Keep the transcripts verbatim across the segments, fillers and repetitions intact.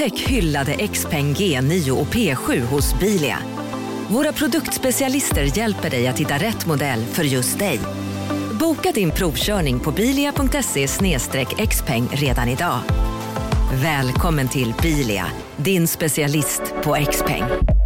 Upptäck hyllade Xpeng G nio och P sju hos Bilia. Våra produktspecialister hjälper dig att hitta rätt modell för just dig. Boka din provkörning på bilia punkt se slash xpeng redan idag. Välkommen till Bilia, din specialist på Xpeng.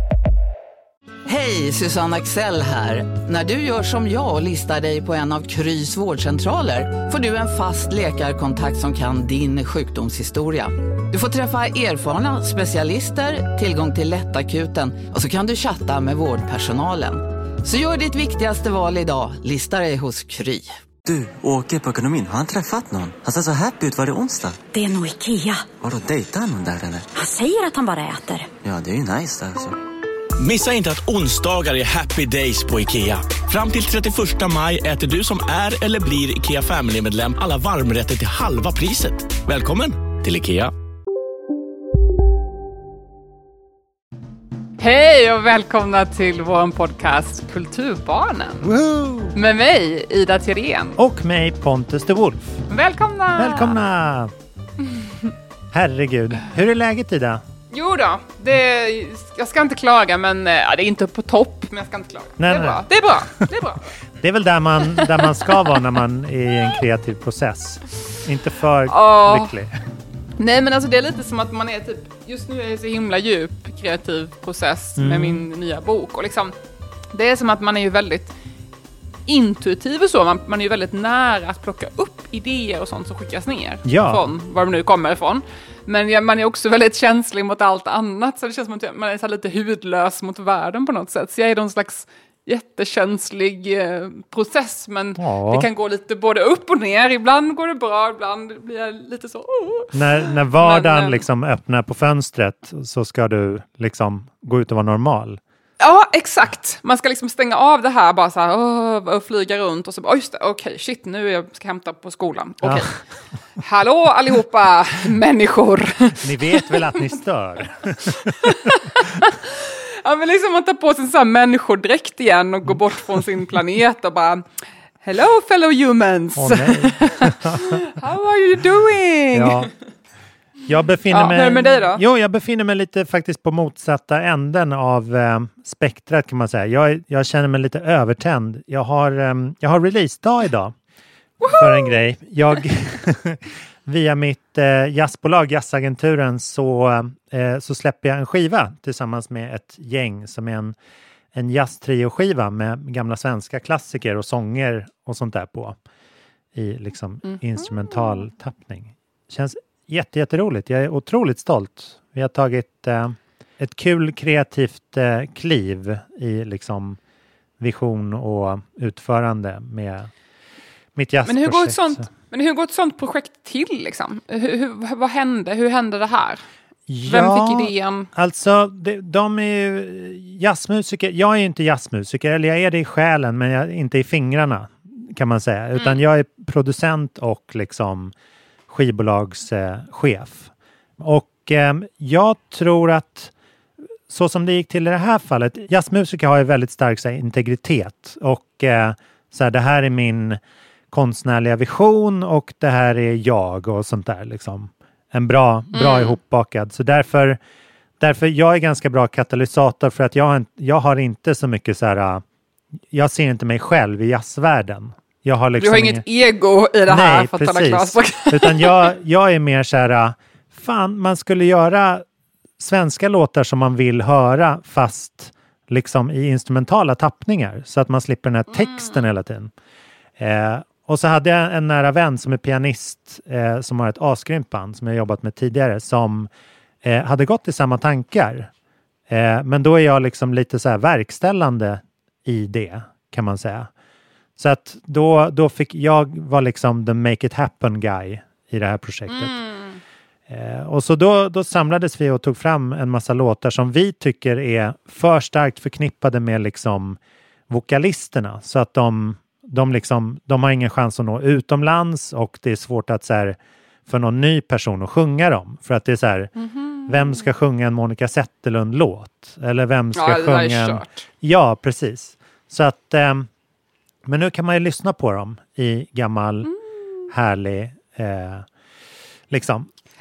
Hej, Susanne Axel här. När du gör som jag och listar dig på en av Krys vårdcentraler får du en fast läkarkontakt som kan din sjukdomshistoria. Du får träffa erfarna specialister, tillgång till lättakuten och så kan du chatta med vårdpersonalen. Så gör ditt viktigaste val idag, listar dig hos Kry. Du, åker på ekonomin. Har han träffat någon? Han ser så happy ut. Var det onsdag? Det är nog Ikea. Har du dejtat någon där eller? Han säger att han bara äter. Ja, det är ju nice där alltså. Missa inte att onsdagar är happy days på Ikea. Fram till trettioförsta maj äter du som är eller blir Ikea Family-medlem alla varmrätter till halva priset. Välkommen till Ikea. Hej och välkomna till vår podcast Kulturbarnen. Woohoo! Med mig, Ida Thirén. Och mig, Pontus de Wolf. Välkomna! Välkomna! Herregud. Hur är läget, Ida? Jo då, det, jag ska inte klaga, men ja, det är inte på topp, men jag ska inte klaga. Nej, det, är nej. bra. det är bra. Det är bra. Det är väl där man, där man ska vara när man är i en kreativ process. Inte för oh. lycklig. Nej, men alltså det är lite som att man är typ, just nu är det så himla djup kreativ process mm. med min nya bok. Och liksom, det är som att man är ju väldigt intuitiv och så. Man, man är ju väldigt nära att plocka upp idéer och sånt som skickas ner. Ja. Från var de nu kommer ifrån. Men ja, man är också väldigt känslig mot allt annat. Så det känns som att man är så lite hudlös mot världen på något sätt. Så jag är någon slags jättekänslig eh, process. Men ja. Det kan gå lite både upp och ner. Ibland går det bra, ibland blir jag lite så... Oh. När, när vardagen men, liksom öppnar på fönstret så ska du liksom gå ut och vara normal. Ja, exakt. Man ska liksom stänga av det här bara så här oh, och flyga runt och så bara, oh, just det, okej, okay, shit, nu jag ska hämta på skolan. Okej. Okay. Ja. Hallå allihopa, människor. Ni vet väl att ni stör. Ja, men liksom man tar på sig så här människodräkt igen och går bort från sin planet och bara, hello fellow humans. Åh, nej. How are you doing? Ja. Jag befinner ja, mig, hur är det med dig då? Jo, jag befinner mig lite faktiskt på motsatta änden av eh, spektrat kan man säga. Jag, jag känner mig lite övertänd. Jag har, eh, jag har releasedag idag. Woho! För en grej. Jag, via mitt eh, jazzbolag, Jazzagenturen, så, eh, så släpper jag en skiva tillsammans med ett gäng som är en, en jazztrio-skiva med gamla svenska klassiker och sånger och sånt där på. I liksom mm. instrumental tappning. Känns Jätte, jätteroligt. Jag är otroligt stolt. Vi har tagit eh, ett kul kreativt eh, kliv i liksom vision och utförande med mitt jazzprojekt. Men hur går ett sånt, men hur går ett sånt projekt till liksom? Hur, hur, vad hände? Hur hände det här? Ja, vem fick idén? Alltså, de, de är ju jazzmusiker. Jag är ju inte jazzmusiker, eller jag är det i själen, men jag, inte i fingrarna kan man säga. Utan mm. jag är producent och liksom skivbolagschef. Eh, och eh, jag tror att så som det gick till i det här fallet, jazzmusiker har ju väldigt stark så här, integritet och eh, så här, det här är min konstnärliga vision och det här är jag och sånt där liksom. En bra, bra mm. ihopbakad. Så därför, därför jag är ganska bra katalysator för att jag har, jag har inte så mycket så här, jag ser inte mig själv i jazzvärlden. Jag har liksom du har inget ingen... ego i det här. Nej, för precis. att tala Utan jag, jag är mer så här, fan, man skulle göra svenska låtar som man vill höra fast liksom i instrumentala tappningar så att man slipper den här texten mm. hela tiden. Eh, och så hade jag en nära vän som är pianist eh, som har ett asgrymt band som jag jobbat med tidigare som eh, hade gått i samma tankar. Eh, men då är jag liksom lite så här verkställande i det kan man säga. Så att då, då fick jag var liksom the make it happen guy i det här projektet. Mm. Eh, och så då, då samlades vi och tog fram en massa låtar som vi tycker är för starkt förknippade med liksom vokalisterna. Så att de, de, liksom, de har ingen chans att nå utomlands och det är svårt att så här, för någon ny person att sjunga dem. För att det är så här, mm-hmm. vem ska sjunga en Monica Zetterlund-låt? Eller vem ska ja, sjunga en... Ja, precis. Så att... Eh, Men nu kan man ju lyssna på dem i gammal, mm. härlig, eh, liksom.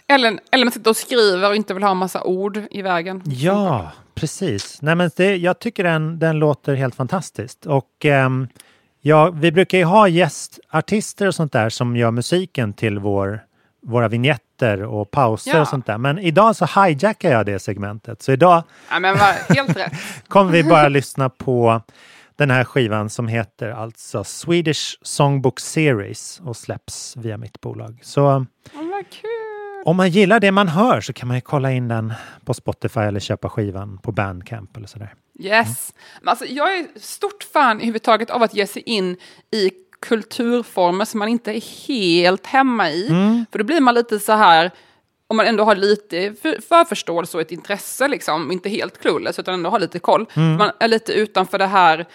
Eller, eller man sitter och skriver och inte vill ha en massa ord i vägen. Ja, precis. Nej, men det, jag tycker den, den låter helt fantastiskt. Och ehm, ja, vi brukar ju ha gästartister och sånt där som gör musiken till vår, våra vignetter och pauser Ja. och sånt där. Men idag så hijackar jag det segmentet. Så idag Ja, men var helt rätt. kommer vi bara lyssna på den här skivan som heter alltså Swedish Songbook Series och släpps via mitt bolag. Så Oh, vad kul. om man gillar det man hör så kan man ju kolla in den på Spotify eller köpa skivan på Bandcamp eller sådär. Yes. Men alltså, jag är stort fan i huvudtaget av att ge sig in i kulturformer som man inte är helt hemma i. Mm. För då blir man lite så här, om man ändå har lite för, förförståelse och ett intresse, liksom, inte helt clueless utan ändå har lite koll. Mm. Man är lite utanför det här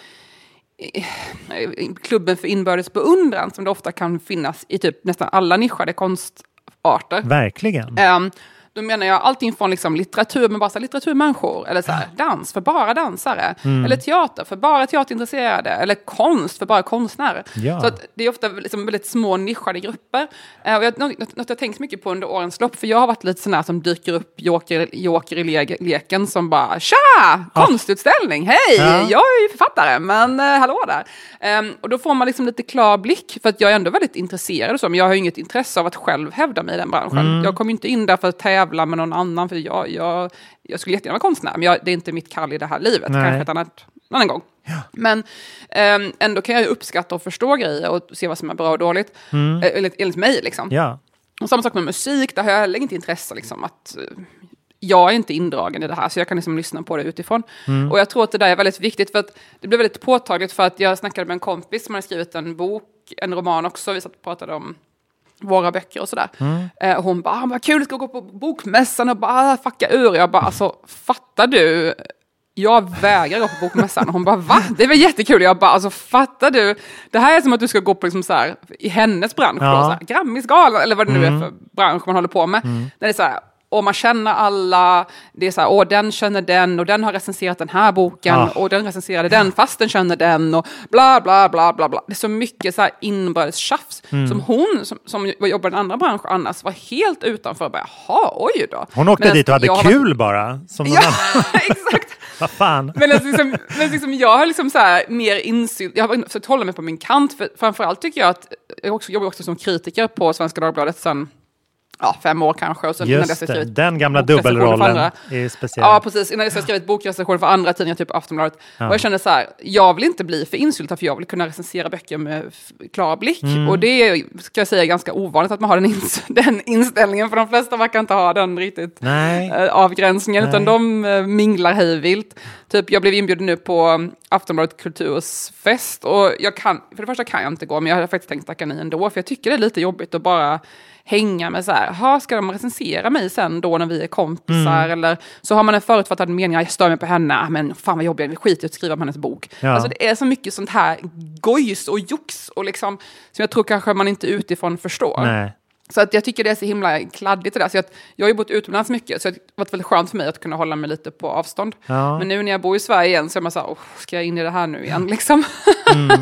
klubben för inbördes beundran som det ofta kan finnas i typ nästan alla nischade konstarter. Verkligen. Um, Då menar jag allting från liksom litteratur, men bara så här, litteraturmänniskor. Eller så här, dans för bara dansare. Mm. Eller teater för bara teaterintresserade. Eller konst för bara konstnärer. Ja. Så att det är ofta liksom väldigt små nischade grupper. Uh, och jag, något, något jag har tänkt mycket på under årens lopp. För jag har varit lite sån här som dyker upp joker, joker i le- leken som bara tja! Konstutställning! Hej! Ja. Jag är ju författare, men uh, hallå där. Um, och då får man liksom lite klar blick. För att jag är ändå väldigt intresserad och så. Men jag har ju inget intresse av att själv hävda mig i den branschen. Mm. Jag kommer inte in där för att tävla med någon annan, för jag, jag, jag skulle jättegärna vara konstnär, men jag, det är inte mitt kall i det här livet. Nej. Kanske ett annat, en annan gång. Ja. Men um, ändå kan jag uppskatta och förstå grejer och se vad som är bra och dåligt. Mm. Enligt, enligt mig liksom. Ja. Och samma sak med musik, där har jag heller inget intresse liksom, att uh, jag är inte indragen i det här, så jag kan liksom lyssna på det utifrån. Mm. Och jag tror att det där är väldigt viktigt, för att det blir väldigt påtagligt, för att jag snackade med en kompis som hade skrivit en bok, en roman också, vi satt och pratade om våra böcker och sådär. Mm. Eh, hon bara, vad kul, ska gå på bokmässan och bara fucka ur. Jag bara, alltså, fattar du? Jag vägrar gå på bokmässan. Och hon bara, va? Det är väl jättekul. Jag bara, alltså, fattar du? Det här är som att du ska gå på liksom så här, i hennes bransch. Ja. Då, så här, Grammisgalan, eller vad det nu mm. är för bransch man håller på med. Mm. Där det är så här, och man känner alla, det är så här, åh, den känner den och den har recenserat den här boken ah. och den recenserade den fast den känner den och bla bla bla bla bla. Det är så mycket så här inbördes tjafs mm. som hon som, som jobbar i en annan bransch annars var helt utanför och bara, jaha, oj då. Hon åkte men dit och hade kul varit... bara. Som någon ja, exakt. Vad fan. Men alltså, liksom, men liksom, jag har liksom så här mer insyn, jag har försökt hålla mig på min kant, för framförallt tycker jag att, jag också, jobbar också som kritiker på Svenska Dagbladet sen ja, fem år kanske. Och sen just innan det, den gamla dubbelrollen är speciell. Ja, precis. Innan jag skrivit bokrecensioner för andra tidningar, typ Aftonbladet. Ja. Och jag känner så här, jag vill inte bli för insyltad, för jag vill kunna recensera böcker med f- klar blick. Mm. Och det är, ska jag säga, ganska ovanligt att man har den, ins- den inställningen, för de flesta verkar inte ha den riktigt äh, avgränsningen, Nej. utan de äh, minglar hejvilt. Typ, jag blev inbjuden nu på Aftonbladet Kultursfest, och jag kan, för det första kan jag inte gå, men jag hade faktiskt tänkt tacka nej ändå, för jag tycker det är lite jobbigt att bara hänga med så här, ha, ska de recensera mig sen då när vi är kompisar, mm. eller så har man en förutfattad mening, jag stör mig på henne, men fan vad jobbigt, vi skiter i att skriva om hennes bok. Ja. Alltså det är så mycket sånt här gojs och jox och liksom, som jag tror kanske man inte utifrån förstår. Nej. Så att jag tycker det är så himla kladdigt det där. Så att jag har ju bott utomlands mycket, så det har varit väldigt skönt för mig att kunna hålla mig lite på avstånd. Ja. Men nu när jag bor i Sverige igen så är man så här, oh, ska jag in i det här nu igen liksom? Mm.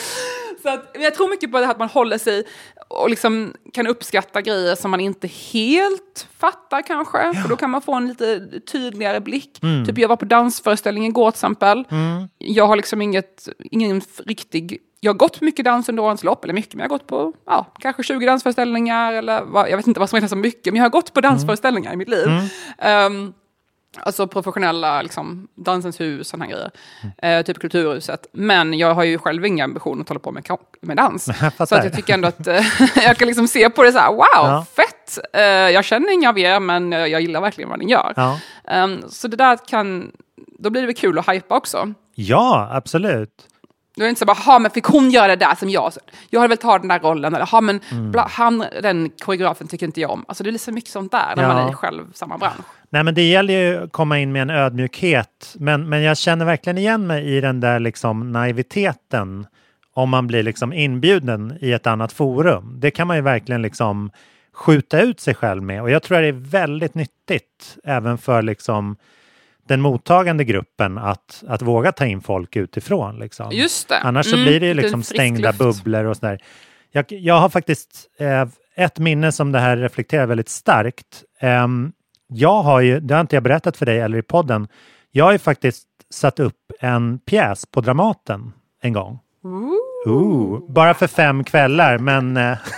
Så att, jag tror mycket på det här att man håller sig och liksom kan uppskatta grejer som man inte helt fattar kanske. Ja. För då kan man få en lite tydligare blick. Mm. Typ jag var på dansföreställningen igår till exempel. Mm. Jag har liksom inget, ingen riktig... Jag har gått mycket dans under årens lopp, eller mycket, men jag har gått på ja, kanske tjugo dansföreställningar, eller vad, jag vet inte vad som är så mycket, men jag har gått på dansföreställningar mm. i mitt liv. Mm. Um, alltså professionella, liksom, Dansens hus, sådana här grejer. Mm. Uh, typ Kulturhuset. Men jag har ju själv inga ambitioner att hålla på med, med dans. Så att jag tycker ändå att uh, jag kan liksom se på det så här, wow, ja. fett! Uh, jag känner inga av er, men uh, jag gillar verkligen vad ni gör. Ja. Um, så det där kan, då blir det väl kul att hypa också. Ja, absolut. Då är det inte så bara, ha men fick hon göra det där som jag? Jag hade väl tagit den där rollen. Eller ha men mm. bla, han, den koreografen tycker inte jag om. Alltså det är liksom mycket sånt där när ja. man är i själv samma bransch. Nej, men det gäller ju att komma in med en ödmjukhet. Men, men jag känner verkligen igen mig i den där liksom naiviteten. Om man blir liksom inbjuden i ett annat forum. Det kan man ju verkligen liksom skjuta ut sig själv med. Och jag tror att det är väldigt nyttigt. Även för liksom... den mottagande gruppen att, att våga ta in folk utifrån. Liksom. Just det. Annars så mm, blir det liksom stängda luft. bubblor och sådär. Jag, jag har faktiskt eh, ett minne som det här reflekterar väldigt starkt. Um, jag har ju, det har inte jag berättat för dig eller i podden. Jag har ju faktiskt satt upp en pjäs på Dramaten en gång. Ooh. Ooh, bara för fem kvällar, men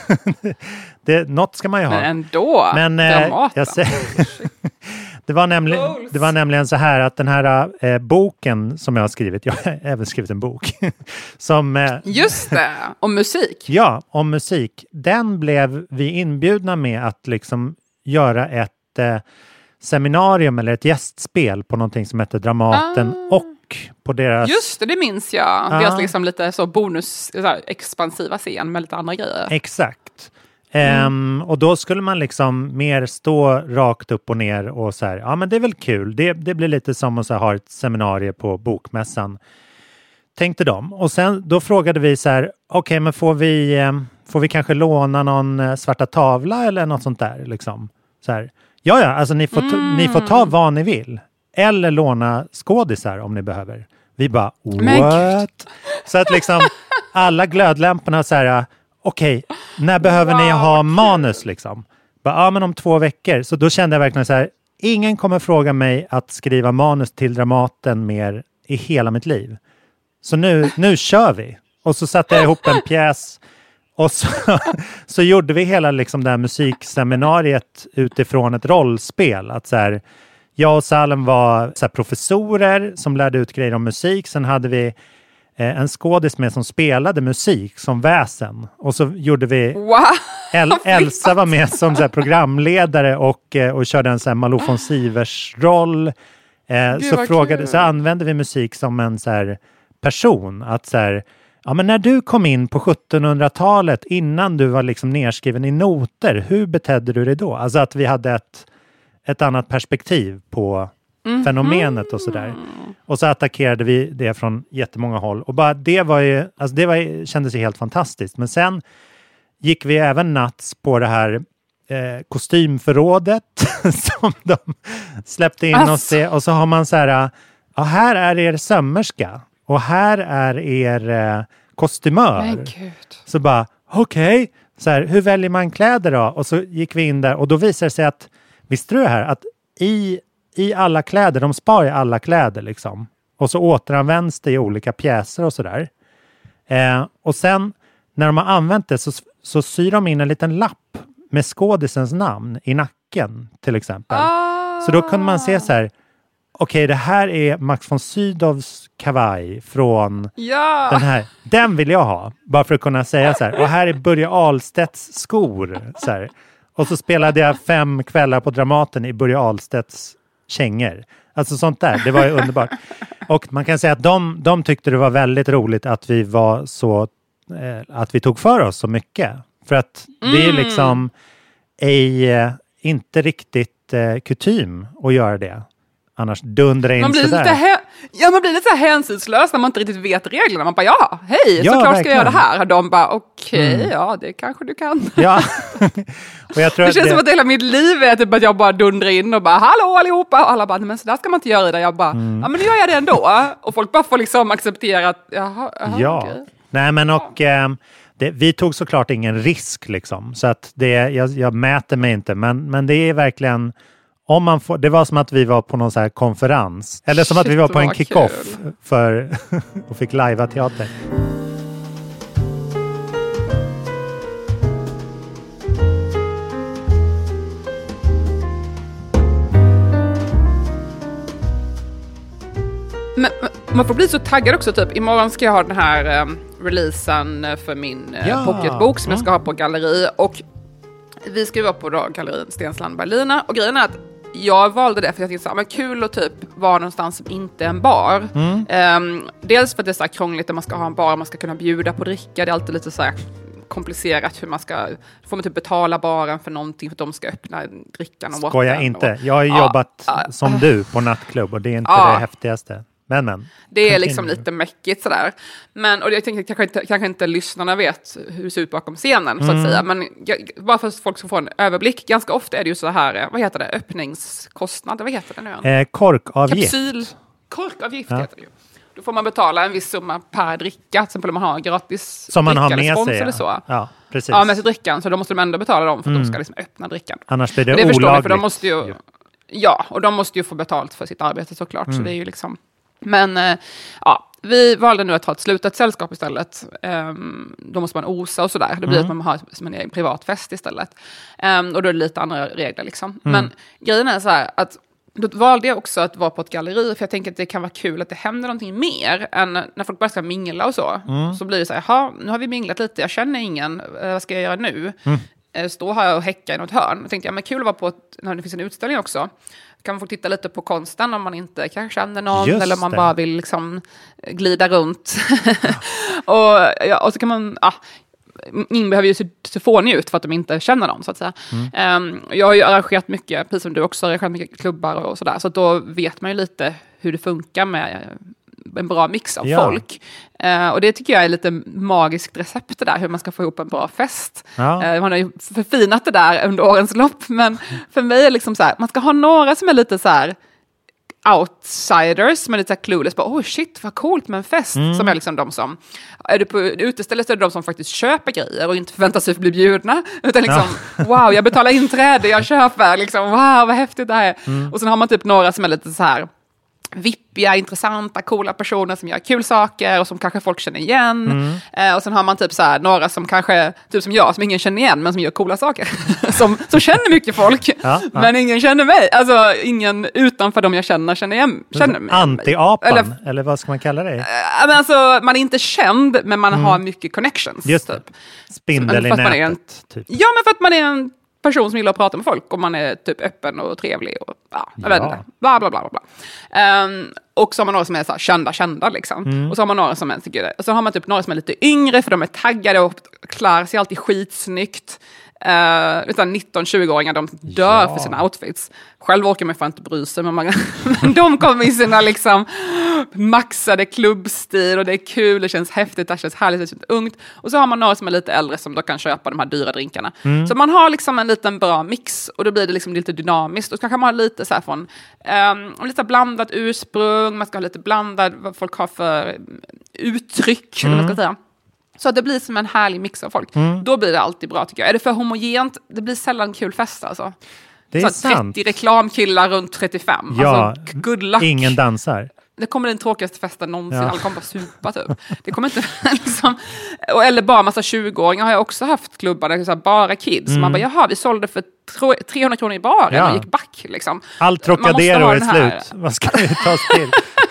det, något ska man ju ha. Men ändå, men, Dramaten. Jag säger, det, var nämligen, det var nämligen så här att den här eh, boken som jag har skrivit, jag har även skrivit en bok. som, eh, Just det, om musik. Ja, om musik. Den blev vi inbjudna med att liksom göra ett eh, seminarium eller ett gästspel på någonting som heter Dramaten ah. och på deras... Just det, det minns jag. Ah. Deras liksom lite så bonus, så här, expansiva scen med lite andra grejer. Exakt. Mm. Um, och då skulle man liksom mer stå rakt upp och ner och så här, ja men det är väl kul. Det, det blir lite som att så här, ha ett seminarium på bokmässan. Tänkte de. Och sen då frågade vi så här, okej okay, men får vi, får vi kanske låna någon svarta tavla eller något sånt där liksom? Så här, ja ja, alltså ni får, ta, mm. ni får ta vad ni vill. Eller låna skådisar om ni behöver. Vi bara, what? Så att liksom alla glödlämporna så här, okej, okay, när behöver wow, ni ha manus liksom? Bara, ja men om två veckor. Så då kände jag verkligen så här, ingen kommer fråga mig att skriva manus till Dramaten mer i hela mitt liv. Så nu, nu kör vi. Och så satte jag ihop en pjäs. Och så, så gjorde vi hela liksom det här musikseminariet utifrån ett rollspel. Att så här, jag och Salem var så här professorer som lärde ut grejer om musik. Sen hade vi eh, en skådis med som spelade musik som väsen. Och så gjorde vi... Wow. El, Elsa var med som så här programledare och, eh, och körde en så här Malou von Sivers roll. Eh, så, frågade, så använde vi musik som en så här person. Att så här... Ja, men när du kom in på sjuttonhundratalet innan du var liksom nedskriven i noter, hur betedde du dig då? Alltså att vi hade ett, ett annat perspektiv på mm-hmm. fenomenet och sådär. Och så attackerade vi det från jättemånga håll. Och bara det var ju, alltså det var, kändes ju helt fantastiskt. Men sen gick vi även nats på det här eh, kostymförrådet som de släppte in alltså. oss i. Och så har man så här, ja här är er sömmerska. Och här är er eh, kostymör. Men Gud. Så bara, okej. Okay. Så här, hur väljer man kläder då? Och så gick vi in där. Och då visar det sig att, visste du det här? Att i, i alla kläder, de sparar alla kläder liksom. Och så återanvänds det i olika pjäser och sådär. Eh, och sen, när de har använt det så, så syr de in en liten lapp med skådisens namn i nacken till exempel. Ah. Så då kunde man se så här, okej, okay, det här är Max von Sydows kavaj från ja. den här. Den vill jag ha. Bara för att kunna säga så här. Och här är Börje Ahlstedts skor. Så här. Och så spelade jag fem kvällar på Dramaten i Börje Ahlstedts kängor. Alltså sånt där. Det var ju underbart. Och man kan säga att de, de tyckte det var väldigt roligt att vi var så eh, att vi tog för oss så mycket. För att mm. det är liksom eh, inte riktigt eh, kutym att göra det. Annars dundrar in man blir sådär. Lite hä- ja, man blir lite så här hänsynslös när man inte riktigt vet reglerna. Man bara, ja, hej, ja, såklart verkligen. ska jag göra det här. Och de bara, okej, okay, mm. ja, det kanske du kan. Ja. Och jag tror det känns det... som att hela mitt liv är typ att jag bara dundrar in och bara, hallå allihopa. Och alla bara, men så där ska man inte göra det. Jag bara, mm. ja men nu gör jag det ändå. Och folk bara får liksom acceptera att, jaha, jaha ja. Okay. Nej, men och... Eh, det, vi tog såklart ingen risk liksom. Så att det, jag, jag mäter mig inte. Men, men det är verkligen... Om man får, det var som att vi var på någon så här konferens. Eller som Shit, att vi var på en kick-off för, och fick live teater. Men man får bli så taggad också typ. Imorgon ska jag ha den här um, releasen för min uh, ja. pocketbok som mm. jag ska ha på galleri. Och vi ska vara på då gallerin Stensland Berlina. Och grejen är att jag valde det för jag tänkte så här, men kul att typ vara någonstans som inte är en bar. Mm. Um, dels för att det är så här krångligt att man ska ha en bar, man ska kunna bjuda på dricka. Det är alltid lite så här komplicerat hur man ska, får man typ betala baren för någonting för att de ska öppna drickan. Och Skoja inte, och, jag har ja, jobbat ja, som du på nattklubb och det är inte ja, det häftigaste. Men, men. Det är liksom lite mäckigt sådär. Men, och jag tänker kanske inte, kanske inte lyssnarna vet hur det ser ut bakom scenen, mm. så att säga. Men jag, bara för att folk ska få en överblick. Ganska ofta är det ju så här, vad heter det? Öppningskostnad, vad heter det nu? Eh, korkavgift. Kapsyl. Korkavgift ja. heter det ju. Då får man betala en viss summa per dricka, till exempel om man har gratis som man har med dricka, sig. Eller så. Ja, precis. Ja, med sig drickan, så då måste de ändå betala dem för att mm. de ska liksom öppna drickan. Annars blir det, det olagligt. Det för de måste ju, ja, och de måste ju få betalt för sitt arbete såklart. Mm. Så det är ju liksom... Men äh, ja, vi valde nu att ha ett slutet sällskap istället. Um, då måste man osa och sådär. Det blir mm. att man har som en egen privat fest istället. Um, och då är det lite andra regler liksom. Mm. Men grejen är så här att då valde jag också att vara på ett galleri, för jag tänker att det kan vara kul att det händer någonting mer än när folk bara ska mingla och så. Mm. Så blir det så här, jaha, nu har vi minglat lite, jag känner ingen, vad ska jag göra nu? Mm. Stå här och häcka i något hörn. Jag tänkte, ja men kul att vara på ett, när det finns en utställning också. Kan man få titta lite på konsten om man inte kanske känner någon. Just eller om man det. bara vill liksom glida runt. och, ja, och så kan man... Ja, ingen behöver ju se, se fånig ut för att de inte känner någon, så att säga. Mm. Um, jag har ju arrangerat mycket, precis som du också har arrangerat mycket klubbar och sådär. Så att då vet man ju lite hur det funkar med en bra mix av ja. folk. Uh, och det tycker jag är lite magiskt recept det där, hur man ska få ihop en bra fest. Ja. Uh, man har ju förfinat det där under årens lopp, men för mig är det liksom så här, man ska ha några som är lite så här outsiders, som är lite så här clueless. Bara, oh shit, vad coolt med en fest. Mm. Som är liksom de som, är du på utestället så är det de som faktiskt köper grejer och inte förväntar sig att bli bjudna. Utan liksom, ja. wow, jag betalar inträde, jag köper. Liksom, wow, vad häftigt det här är. Mm. Och sen har man typ några som är lite så här vippiga, intressanta, coola personer som gör kul saker och som kanske folk känner igen. Mm. Eh, och sen har man typ så här, några som kanske, typ som jag, som ingen känner igen men som gör coola saker. som, som känner mycket folk, ja, ja. men ingen känner mig. Alltså ingen utanför dem jag känner känner igen. Känner mig. Anti-apan, eller, eller vad ska man kalla det? Eh, men alltså, man är inte känd, men man mm. har mycket connections. Just typ. Spindel i nätet. En, typ. Ja, men för att man är en person som gillar att prata med folk och man är typ öppen och trevlig och ja, jag ja. vet inte, bla bla bla bla. Um, och så har man några som är så här, kända, kända liksom. Mm. Och så har man några som är, tycker, och så har man typ några som är lite yngre för de är taggade och klär sig alltid skitsnyggt. Uh, utan nitton-tjugo-åringar, de dör ja. för sina outfits. Själv orkar man fan inte bry sig, men, man, men de kommer i sina liksom maxade klubbstil och det är kul, det känns häftigt, det känns härligt, det känns ungt. Och så har man några som är lite äldre som då kan köpa de här dyra drinkarna. Mm. Så man har liksom en liten bra mix och då blir det liksom lite dynamiskt. Och så kan man ha lite så här från um, lite blandat ursprung, man ska ha lite blandat vad folk har för uttryck, mm. eller vad ska jag säga. Så att det blir som en härlig mix av folk. Mm. Då blir det alltid bra, tycker jag. Är det för homogent, det blir sällan kul fest alltså. Det är så sant. trettio reklamkillar runt trettiofem. Ja, alltså, good luck. Ingen dansar. Det kommer den tråkigaste festen någonsin. Ja. Alla kommer bara supa typ. Det kommer inte liksom... Eller bara massa tjugo-åringar har jag också haft klubbar där det är bara kids. Mm. Man bara, jaha, vi sålde för trehundra kronor i baren ja. och gick back liksom. Allt Trocadero är slut. Vad ska vi ta oss till?